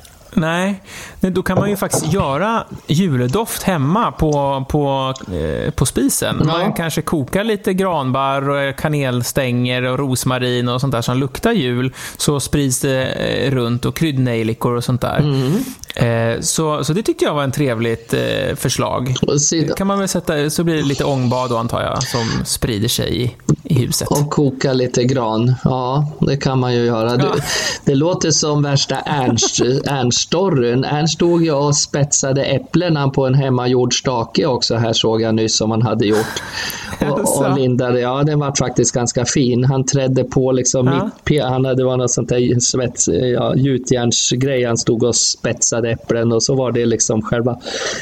Nej, då kan man ju faktiskt göra juldoft hemma på, på, eh, på spisen. Man ja. kanske kokar lite granbar och kanelstänger och rosmarin och sånt där som luktar jul, så sprids det eh, runt, och kryddnejlikor och sånt där. Mm. Eh, så, så det tyckte jag var en trevligt eh, förslag. Kan man väl sätta, så blir det lite ångbad då, antar jag, som sprider sig i, i huset. Och koka lite gran. Ja, det kan man ju göra. Ja. Det, det låter som värsta Ernst, Ernst-storyn. Ernst stod ju och spetsade äpplena på en hemmagjord stake också. Här såg jag nyss som han hade gjort. Och, och lindade, ja, den var faktiskt ganska fin. Han trädde på liksom ja. mitt, han hade, det var något sånt där svets, ja, gjutjärnsgrej. Han stod och spetsade äpplen och så var det liksom själva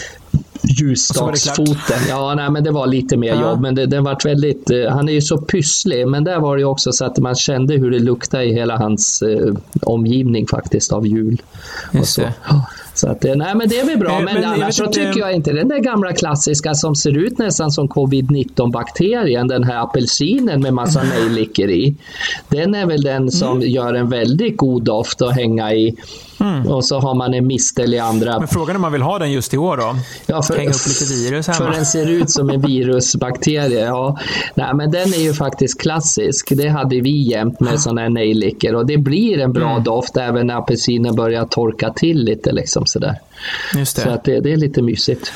ljusstaksfoten. Ja, nej, men det var lite mer ja. jobb, men det, den var väldigt, han är ju så pysslig, men där var det också så att man kände hur det luktade i hela hans eh, omgivning faktiskt av jul. Och så. Så att, nej, men det är väl bra, men, men annars så tycker jag inte den där gamla klassiska som ser ut nästan som covid nitton bakterien, den här apelsinen med massa nejlikor i, den är väl den som mm. gör en väldigt god doft att hänga i. Mm. Och så har man en mistel i andra. Men frågan är om man vill ha den just i år då? Ja, för hänga upp lite virus hemma. För den ser ut som en virusbakterie. Ja. Nej, men den är ju faktiskt klassisk. Det hade vi jämt med sådana här nejlikor. Och det blir en bra mm. doft även när apelsinen börjar torka till lite. Liksom sådär. Just det. Så att det, det är lite mysigt.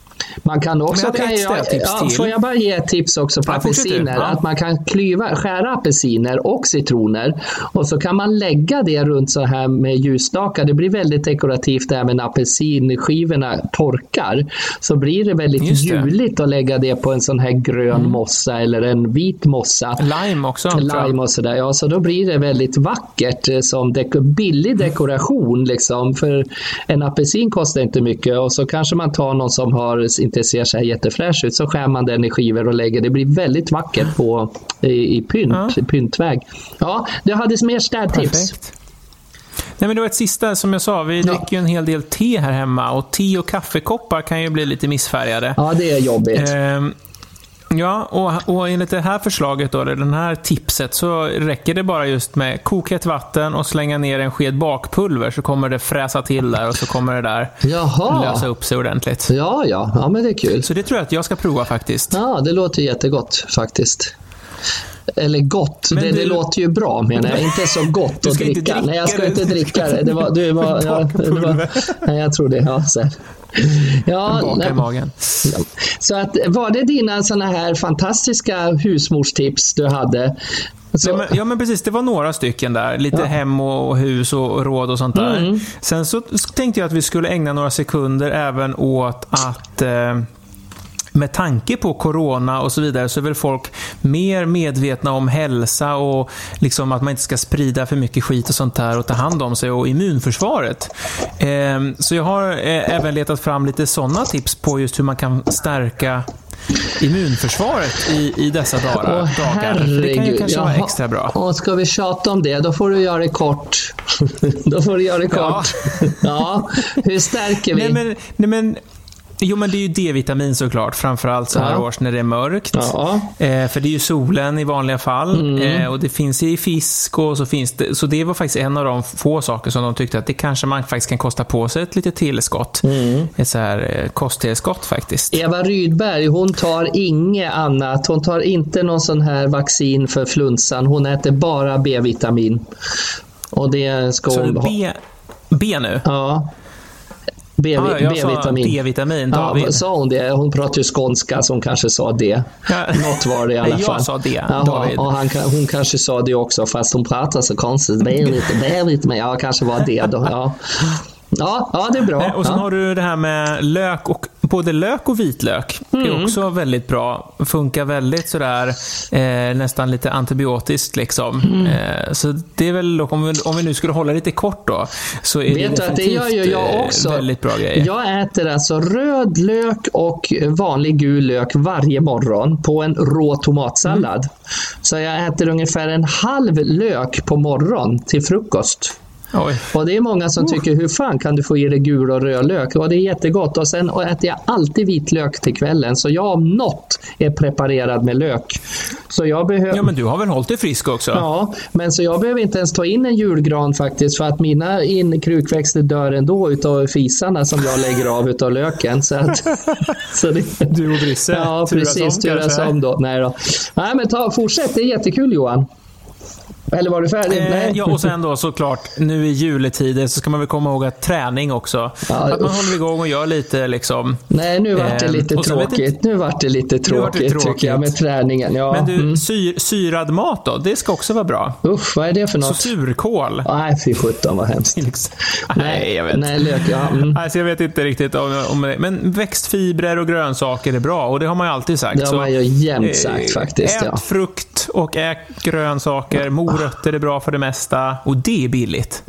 Man kan också, kan jag, ja, får jag bara ge ett tips också på ja, apelsiner, ja. Att man kan klyva, skära apelsiner och citroner och så kan man lägga det runt så här med ljusstakar. Det blir väldigt dekorativt även när apelsinskivorna torkar, så blir det väldigt juligt att lägga det på en sån här grön mm. mossa eller en vit mossa. Lime också. Lime och sådär, ja, så då blir det väldigt vackert som deko- billig dekoration liksom, för en apelsin kostar inte mycket och så kanske man tar någon som har inte ser så här jättefräsch ut, så skär man den i skivor och lägger. Det blir väldigt vackert på, i, i pynt, ja. pyntväg. Ja, det hade mer städtips. Perfekt. Nej, men det var ett sista som jag sa, vi ja. dricker ju en hel del te här hemma och te och kaffekoppar kan ju bli lite missfärgade. Ja, det är jobbigt. Ehm, Ja, och, och enligt det här förslaget då, det här tipset, så räcker det bara just med kokhett vatten och slänga ner en sked bakpulver, så kommer det fräsa till där och så kommer det där Jaha. lösa upp sig ordentligt. Ja, ja, ja, men det är kul. Så det tror jag att jag ska prova faktiskt. Ja, det låter jättegott faktiskt. Eller gott, det, du... det låter ju bra, men jag inte så gott att dricka. dricka. Nej, jag ska inte dricka det. Det var, det var, ja, det var nej, jag tror det. Ja, så här. Ja, baka i magen. Ja. Så att, var det dina såna här fantastiska husmorstips du hade? Så... Ja, men, ja men precis, det var några stycken där. Lite ja. hem och hus och råd och sånt där. Mm. Sen så tänkte jag att vi skulle ägna några sekunder även åt att... Eh, med tanke på corona och så vidare, så är väl folk mer medvetna om hälsa och liksom att man inte ska sprida för mycket skit och sånt där och ta hand om sig, och immunförsvaret. Eh, så jag har eh, även letat fram lite sådana tips på just hur man kan stärka immunförsvaret i, i dessa dagar. Åh, herregud. Det kan ju kanske vara extra bra. Och ska vi tjata om det, då får du göra det kort. Då får du göra det kort. Ja, ja. Hur stärker vi? Nej men... Nej, men Jo, men det är ju D-vitamin såklart, framförallt så här ja. års när det är mörkt. Ja. Eh, för det är ju solen i vanliga fall. Mm. Eh, och det finns i fisk och så finns det. Så det var faktiskt en av de få saker som de tyckte att det kanske man faktiskt kan kosta på sig ett litet tillskott. Mm. Ett så här eh, kosttillskott faktiskt. Eva Rydberg, hon tar inget annat. Hon tar inte någon sån här vaccin för flunsan. Hon äter bara B-vitamin. Och det ska så hon ha. B, B nu? Ja. B- ah, B-vitamin. D-vitamin. Ja, sa hon det? Hon pratar ju skånska, så hon kanske sa det. Ja. Något var det i alla Nej, fall. Jag sa det, Jaha, David. Och han, hon kanske sa det också, fast hon pratar så konstigt. B-vitamin. Ja, kanske var det då. Ja. Ja, ja, det är bra. Och så ja. har du det här med lök, och både lök och vitlök mm. är också väldigt bra. Funkar väldigt sådär eh, nästan lite antibiotiskt liksom. Mm. Eh, så det är väl, om vi, om vi nu skulle hålla lite kort då, så är Vet det definitivt det gör ju jag också. väldigt bra grejer. Jag äter alltså röd lök och vanlig gul lök varje morgon på en rå tomatsallad. Mm. Så jag äter ungefär en halv lök på morgon till frukost. Oj. Och det är många som tycker, hur fan kan du få i dig gul och röd lök? Och det är jättegott. Och sen äter jag alltid vitlök till kvällen. Så jag om något är preparerad med lök. Så jag behöver... Ja, men du har väl hållit dig frisk också? Ja, men så jag behöver inte ens ta in en julgran faktiskt. För att mina in krukväxter dör ändå utav fisarna som jag lägger av utav löken. Så att, så det... Du och Brisse. Ja, precis. Turas om då. Nej då. Nej, men ta, fortsätt. Det är jättekul, Johan. Eller var du färdig? Eh, Nej. Ja, och sen då såklart, nu i juletider så ska man väl komma ihåg att träning också. Ja, att man uff. håller igång och gör lite liksom... Nej, nu vart det lite eh, tråkigt. Lite, nu vart det lite tråkigt, det tråkigt tycker jag, med träningen. Ja. Men du, mm. syr, syrad mat då, det ska också vara bra. Usch, vad är det för något? Så surkål. Nej, fy sjutton, vad hemskt. Nej, jag vet. Nej, lök, ja. Mm. Alltså, jag vet inte riktigt om, om det. Men växtfibrer och grönsaker är bra, och det har man ju alltid sagt. Det har man ju jämt sagt eh, faktiskt. Ät ja. frukt och ät grönsaker. Morötter är bra för det mesta, och det är billigt.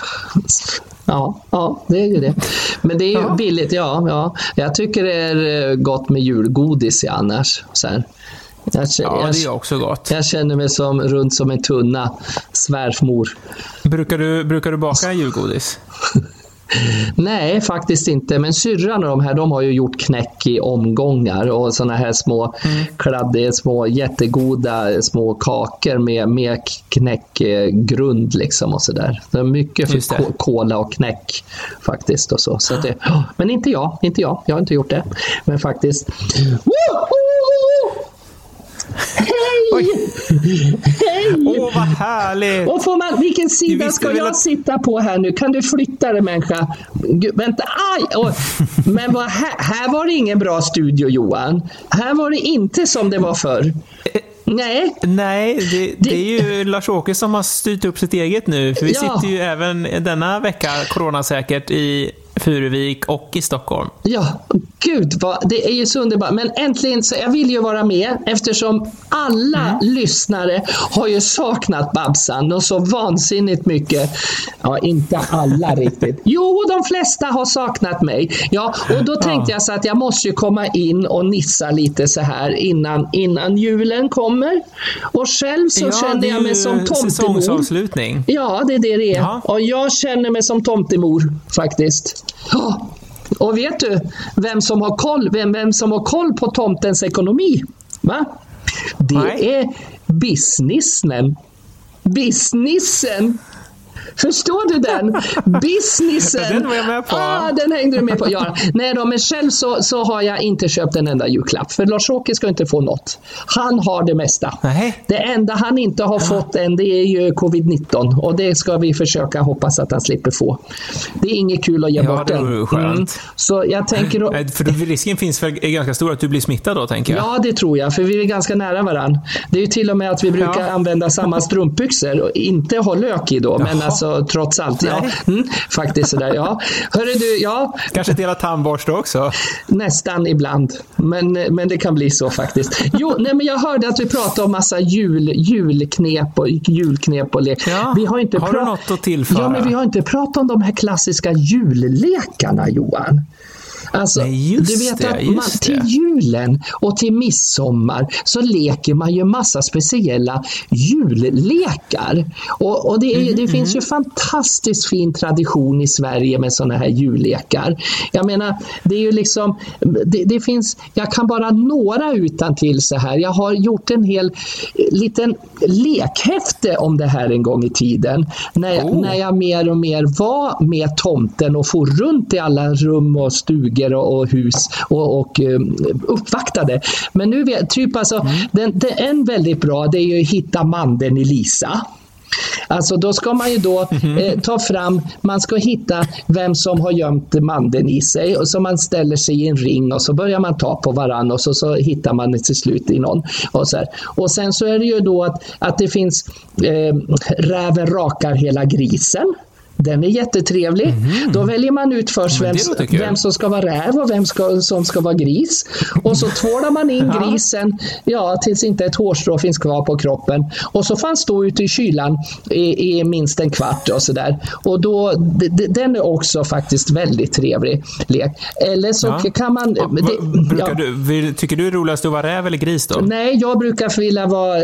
Ja, ja, det är ju det. Men det är ju ja. billigt, ja, ja. Jag tycker det är gott med julgodis i annars. Så här. Jag, ja, jag, det är också gott. Jag känner mig som, runt som en tunna svärmor. Brukar du, brukar du baka julgodis? Nej, faktiskt inte. Men syrran och de här, de har ju gjort knäck i omgångar och såna här små mm. kladdiga, små jättegoda små kakor med, med knäckgrund liksom och sådär. Det är mycket för k- kola och knäck faktiskt och så. Så att det, men inte jag, inte jag. Jag har inte gjort det. Men faktiskt... Hej! Hej! Åh, oh, vad härligt! Och får man, vilken sida ska jag att... sitta på här nu? Kan du flytta dig, människa? Gud, vänta, aj! Oh. Men vad, här, här var det ingen bra studio, Johan. Här var det inte som det var förr. Nej. Nej, det, det är ju Lars-Åke som har styrt upp sitt eget nu. För vi ja. sitter ju även denna vecka coronasäkert i Furuvik och i Stockholm. Ja, gud, vad, det är ju så underbart. Men äntligen, så jag vill ju vara med eftersom alla mm. lyssnare har ju saknat Babsan och så vansinnigt mycket. Ja, inte alla riktigt. Jo, de flesta har saknat mig. Ja, och då tänkte ja. jag så att jag måste ju komma in och nissa lite så här innan, innan julen kommer. Och själv så ja, kände jag mig som tomtemor. Säsongsavslutning. Ja, det är det det är. Ja. Och jag känner mig som tomtemor faktiskt. Ja. Och vet du vem som har koll, vem, vem som har koll på tomtens ekonomi? Va? Det Nej. är businessmen. Businessen. Förstår du den? Businessen. Den var jag med på. Ah, den hängde du med på. Ja. Nej då, men själv så, så har jag inte köpt en enda julklapp. För Lars-Åke ska inte få något. Han har det mesta. Nej. Det enda han inte har ja. fått än, det är ju covid nitton. Och det ska vi försöka hoppas att han slipper få. Det är inget kul att ge ja, bort det är skönt. Mm. Så jag tänker då... För risken finns för, är ganska stor att du blir smittad då, tänker jag. Ja, det tror jag. För vi är ganska nära varann. Det är ju till och med att vi brukar ja. använda samma strumpbyxor och inte ha lök i då. Men alltså Så trots allt, ja. Mm, faktiskt sådär, ja. Hörru du, ja. Kanske ett hela tandborste också? Nästan ibland, men, men det kan bli så faktiskt. Jo, nej, men jag hörde att vi pratade om massa jul, julknep och julknep och lek. Ja, vi har inte har pra- du något att tillföra? Ja, men vi har inte pratat om de här klassiska jullekarna, Johan. Alltså, Nej, just du vet det, att just man, till det. julen och till midsommar så leker man ju massa speciella jullekar. Och, och det, är, mm, det finns mm. ju fantastiskt fin tradition i Sverige med såna här jullekar. Jag menar, det är ju liksom, det, det finns, jag kan bara några utan till så här. Jag har gjort en hel liten lekhäfte om det här en gång i tiden. När, oh. när jag mer och mer var med tomten och for runt i alla rum och stugor och hus och, och uppvaktade. Men nu vet typ alltså, mm. den, det är en väldigt bra, det är ju Hitta mandeln i Lisa. Alltså då ska man ju då eh, ta fram, man ska hitta vem som har gömt mandeln i sig och så man ställer sig i en ring och så börjar man ta på varann och så, så hittar man det till slut i någon. Och, så här. Och sen så är det ju då att, att det finns eh, räven rakar hela grisen. Den är jättetrevlig. Mm. Då väljer man ut först vem, vem som ska vara räv och vem ska, som ska vara gris. Och så tvålar man in grisen ja, tills inte ett hårstrå finns kvar på kroppen. Och så får han stå ute i kylan i, i minst en kvart och sådär. Och då, d- d- den är också faktiskt väldigt trevlig lek. Eller så ja. kan man... Det, brukar ja. du, vill, tycker du är roligast att vara räv eller gris då? Nej, jag brukar vilja vara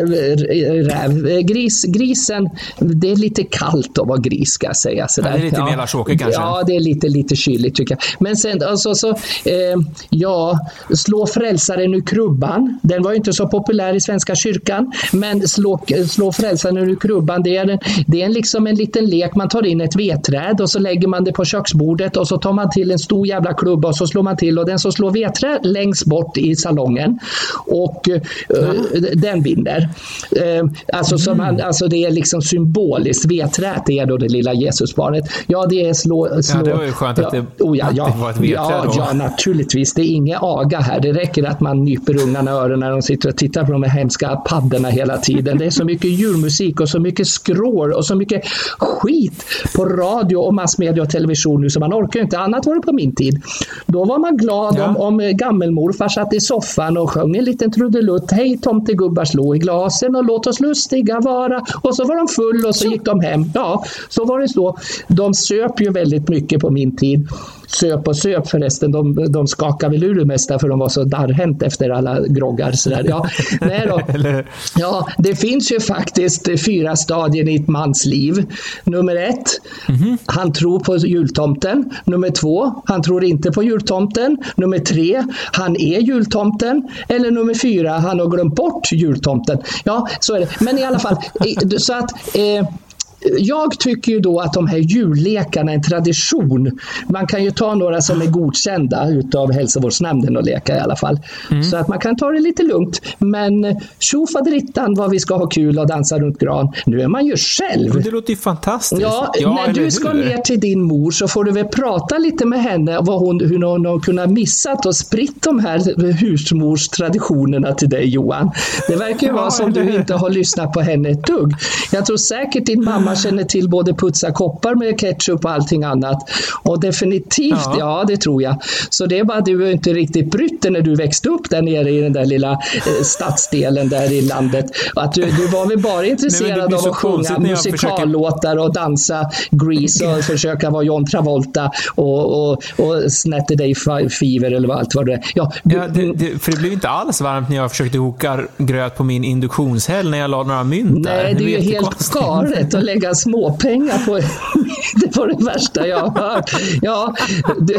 räv. Gris, grisen, det är lite kallt att vara gris ska jag säga. Ja, det är lite ja. mer Lars-Åke kanske. Ja, det är lite, lite kyligt tycker jag. Men sen alltså, så, eh, ja, slå frälsaren ur krubban. Den var ju inte så populär i Svenska kyrkan. Men slå, slå frälsaren ur krubban, det är, en, det är en, liksom en liten lek. Man tar in ett vedträd och så lägger man det på köksbordet och så tar man till en stor jävla klubba och så slår man till och den som slår vedträd längst bort i salongen och eh, mm. den vinner. Eh, alltså, mm. så man, alltså det är liksom symboliskt. Vedträd är då det lilla Jesusbarnet. Ja, det är slå... slå ja, det var ju skönt ja, att, det, oh ja, ja, att det var ett vedträd ja, då. Ja, naturligtvis. Det är inga aga här. Det räcker att man nyper ungarna öronen när de sitter och tittar på de här hemska paddorna hela tiden. Det är så mycket julmusik och så mycket skrål och så mycket skit på radio och massmedia och television nu så man orkar inte. Annat var det på min tid. Då var man glad ja. om, om gammelmorfar satt i soffan och sjöng en liten trudelutt. Hej tomtegubbar, slå i glasen och låt oss lustiga vara. Och så var de full och så gick de hem. Ja, så var det så. de söp ju väldigt mycket på min tid. Söp och söp förresten, de, de skakade väl ur det mesta för de var så darrhänt efter alla groggar. Sådär. Ja, nej då. Ja, det finns ju faktiskt fyra stadier i ett mans liv. Nummer ett, mm-hmm. han tror på jultomten. Nummer två, han tror inte på jultomten. Nummer tre, han är jultomten. Eller nummer fyra, han har glömt bort jultomten. Ja, så är det. Men i alla fall, så att... Eh, jag tycker ju då att de här jullekarna är en tradition. Man kan ju ta några som är godkända utav hälsovårdsnämnden och leka i alla fall. Mm. Så att man kan ta det lite lugnt. Men tjofaderittan vad vi ska ha kul och dansa runt gran. Nu är man ju själv. Det låter ju fantastiskt. Ja, ja när du ska hur? ner till din mor så får du väl prata lite med henne vad hon, hur hon har kunnat missat och spritt de här husmorstraditionerna till dig, Johan. Det verkar ju vara som du inte har lyssnat på henne ett dugg. Jag tror säkert din mamma känner till både putsa koppar med ketchup och allting annat. Och definitivt, ja, ja det tror jag. Så det är bara du är inte riktigt brytt när du växte upp där nere i den där lilla eh, stadsdelen där i landet. Att du, du var väl bara intresserad Nej, av att sjunga musikallåtar och dansa Grease och försöka vara John Travolta och, och, och Saturday Fever eller vad allt var det. Ja, du, ja, det, det, för det blev inte alls varmt när jag försökte koka gröt på min induktionshäll när jag la några mynt där. Nej, det är ju helt galet att lägga småpengar på det var det värsta jag har hört. Ja, du,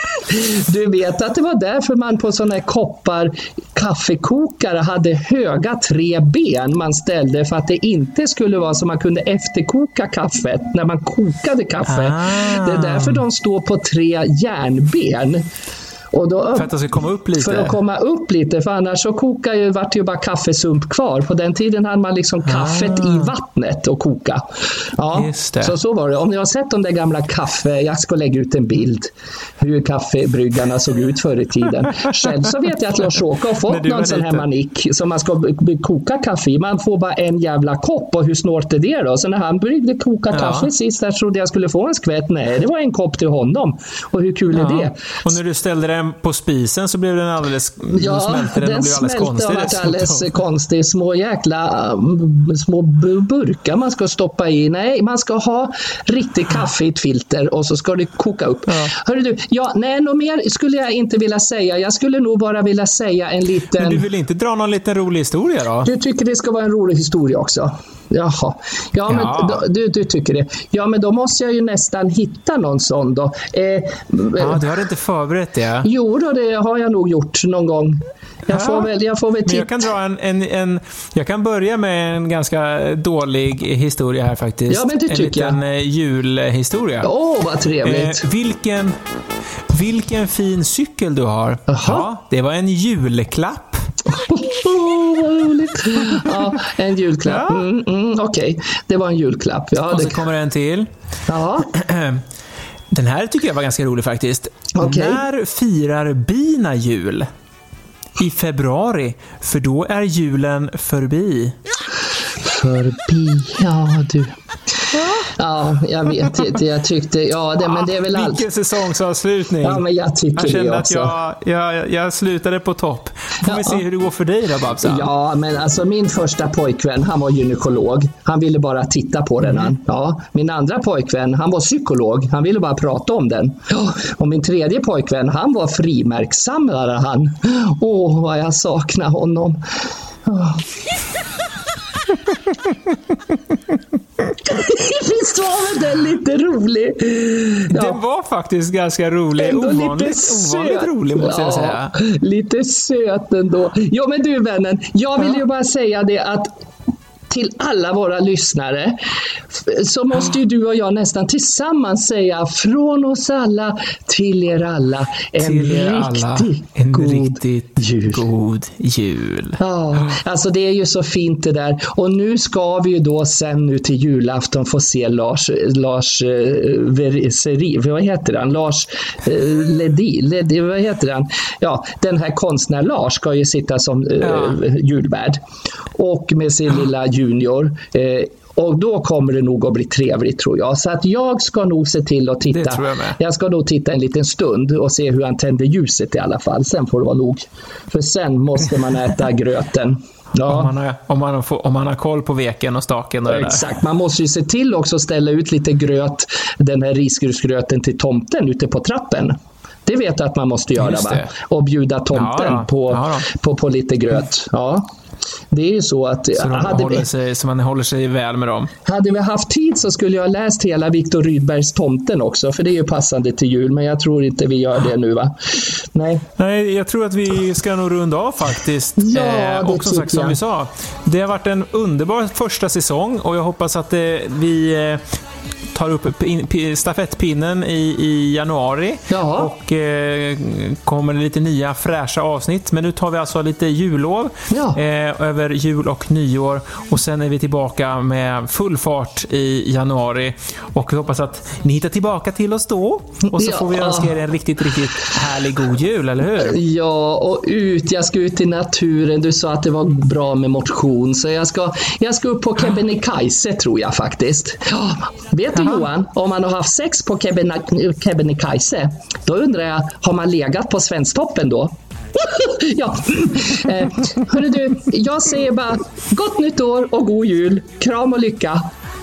du vet att det var därför man på sådana här koppar kaffekokare hade höga tre ben man ställde för att det inte skulle vara så man kunde efterkoka kaffet när man kokade kaffe. Ah. Det är därför de står på tre järnben. Och då, för att det ska komma upp lite? För att komma upp lite, för annars så kokar ju, vart ju bara kaffesump kvar. På den tiden hade man liksom kaffet ah. i vattnet och koka. Ja, så så var det. Om ni har sett de där gamla kaffe, jag ska lägga ut en bild hur kaffebryggarna såg ut förr i tiden. Själv så vet jag att Lars-Åke har fått någon sån här manik som man ska koka kaffe i. Man får bara en jävla kopp, och hur snålt är det då? Så när han bryggde koka ja. kaffe sist, där trodde jag skulle få en skvätt. Nej, det var en kopp till honom. Och hur kul ja. är det? Och när du ställde den på spisen så blev den alldeles ja, smälte den, den och blev alldeles konstig. Ja, alldeles konstig. Små jäkla um, små burkar man ska stoppa i. Nej, man ska ha riktigt kaffe i ett filter och så ska det koka upp. Ja. Hörru du, ja, nej, något mer skulle jag inte vilja säga. Jag skulle nog bara vilja säga en liten... Men du vill inte dra någon liten rolig historia då? Du tycker det ska vara en rolig historia också? Jaha. Ja, ja. Men då, du, du tycker det. Ja, men då måste jag ju nästan hitta någon sån då. Eh, ja, du har inte förberett det. Jo då, det har jag nog gjort någon gång. Jag, ja. får väl, jag får väl titta. Men jag kan dra en, en, en... Jag kan börja med en ganska dålig historia här faktiskt. Ja, men det tycker jag. En liten julhistoria. Åh, oh, vad trevligt. Eh, vilken, vilken fin cykel du har. Aha. Ja, det var en julklapp. Oh, vad roligt. Ja, en julklapp. Ja. Mm, mm, Okej, okay. Det var en julklapp. Ja, och så det... kommer en till. Ja. Den här tycker jag var ganska rolig faktiskt. Okay. När firar bina jul? I februari, för då är julen förbi. Förbi, ja du. Ja, jag vet inte. Jag tyckte, ja, det, men det är väl allt. Vilken säsongsavslutning. Ja, men jag tycker jag kände det också. Att jag, jag, jag slutade på topp. Får ja. vi se hur det går för dig då, Babsa? Ja, men alltså min första pojkvän, han var gynekolog. Han ville bara titta på den. Mm. Ja, min andra pojkvän, han var psykolog. Han ville bara prata om den. Ja, och min tredje pojkvän, han var frimärkssamlare han. Åh, vad jag saknar honom. Oh. Visst var den lite rolig? Ja. Den var faktiskt ganska rolig. Ändå ovanligt, lite ovanligt rolig måste jag säga. Ja, lite söt ändå. Jo, men du vännen, jag vill ju bara säga det att till alla våra lyssnare så måste ju du och jag nästan tillsammans säga från oss alla till er alla en till er riktigt alla, en god riktigt jul. god jul. Ja, alltså det är ju så fint det där. Och nu ska vi ju då sen nu till julafton få se Lars Lars eh, Seri, vad heter han? Lars eh, Ledi, Ledi, vad heter han? Ja, den här konstnär Lars ska ju sitta som eh, ja. julvärd och med sin lilla junior. Eh, och då kommer det nog att bli trevligt, tror jag. Så att jag ska nog se till att titta. Det tror jag med. Jag ska nog titta en liten stund och se hur han tänder ljuset i alla fall. Sen får det vara nog. För sen måste man äta gröten. Ja. Om, man har, om, man får, om man har koll på veken och staken och det där. Exakt, man måste ju se till också att ställa ut lite gröt, den här risgrynsgröten till tomten ute på trappen. Det vet jag att man måste göra, va? Och bjuda tomten ja, på, ja, på, på lite gröt. Ja. Det är ju så att så, hade håller vi, sig, så man håller sig väl med dem. Hade vi haft tid så skulle jag ha läst hela Viktor Rydbergs Tomten också, för det är ju passande till jul, men jag tror inte vi gör det nu, va? Nej. Nej, jag tror att vi ska nog runda av faktiskt. Ja, eh, och som sagt, som vi sa, det har varit en underbar första säsong och jag hoppas att eh, vi eh, tar upp stafettpinnen i, i januari. Jaha. Och eh, kommer lite nya fräscha avsnitt. Men nu tar vi alltså lite jullov ja. eh, över jul och nyår. Och sen är vi tillbaka med full fart i januari. Och vi hoppas att ni hittar tillbaka till oss då. Och så ja. får vi önska er en riktigt, riktigt härlig god jul, eller hur? Ja, och ut. Jag ska ut i naturen. Du sa att det var bra med motion. Så jag ska, jag ska upp på Kebnekaise, tror jag faktiskt. Ja, vet du Johan, om man har haft sex på Kebnekaise, då undrar jag, har man legat på Svensktoppen då? Ja, eh, hörru du, jag säger bara gott nytt år och god jul, kram och lycka.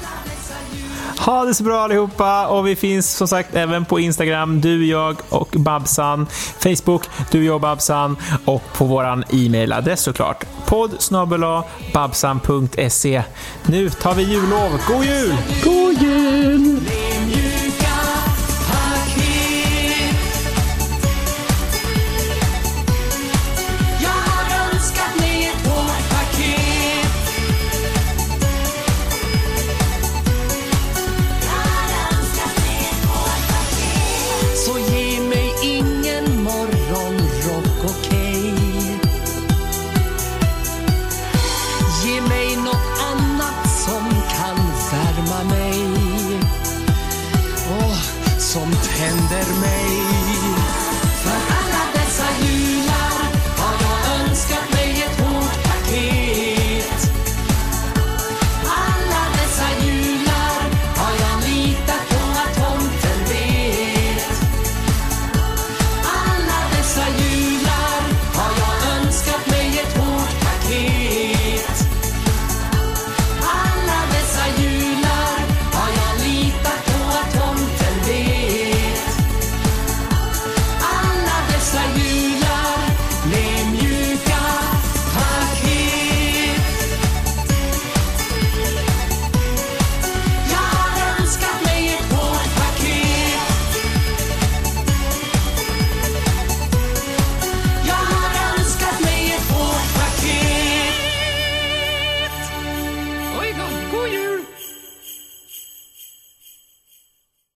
Ha det så bra allihopa, och vi finns som sagt även på Instagram, du, jag och Babsan, Facebook, du, jag och Babsan, och på våran e-mailadress såklart, podd snabel-a babsan punkt se. Nu tar vi jullov, god jul! God jul! Som tänder mig.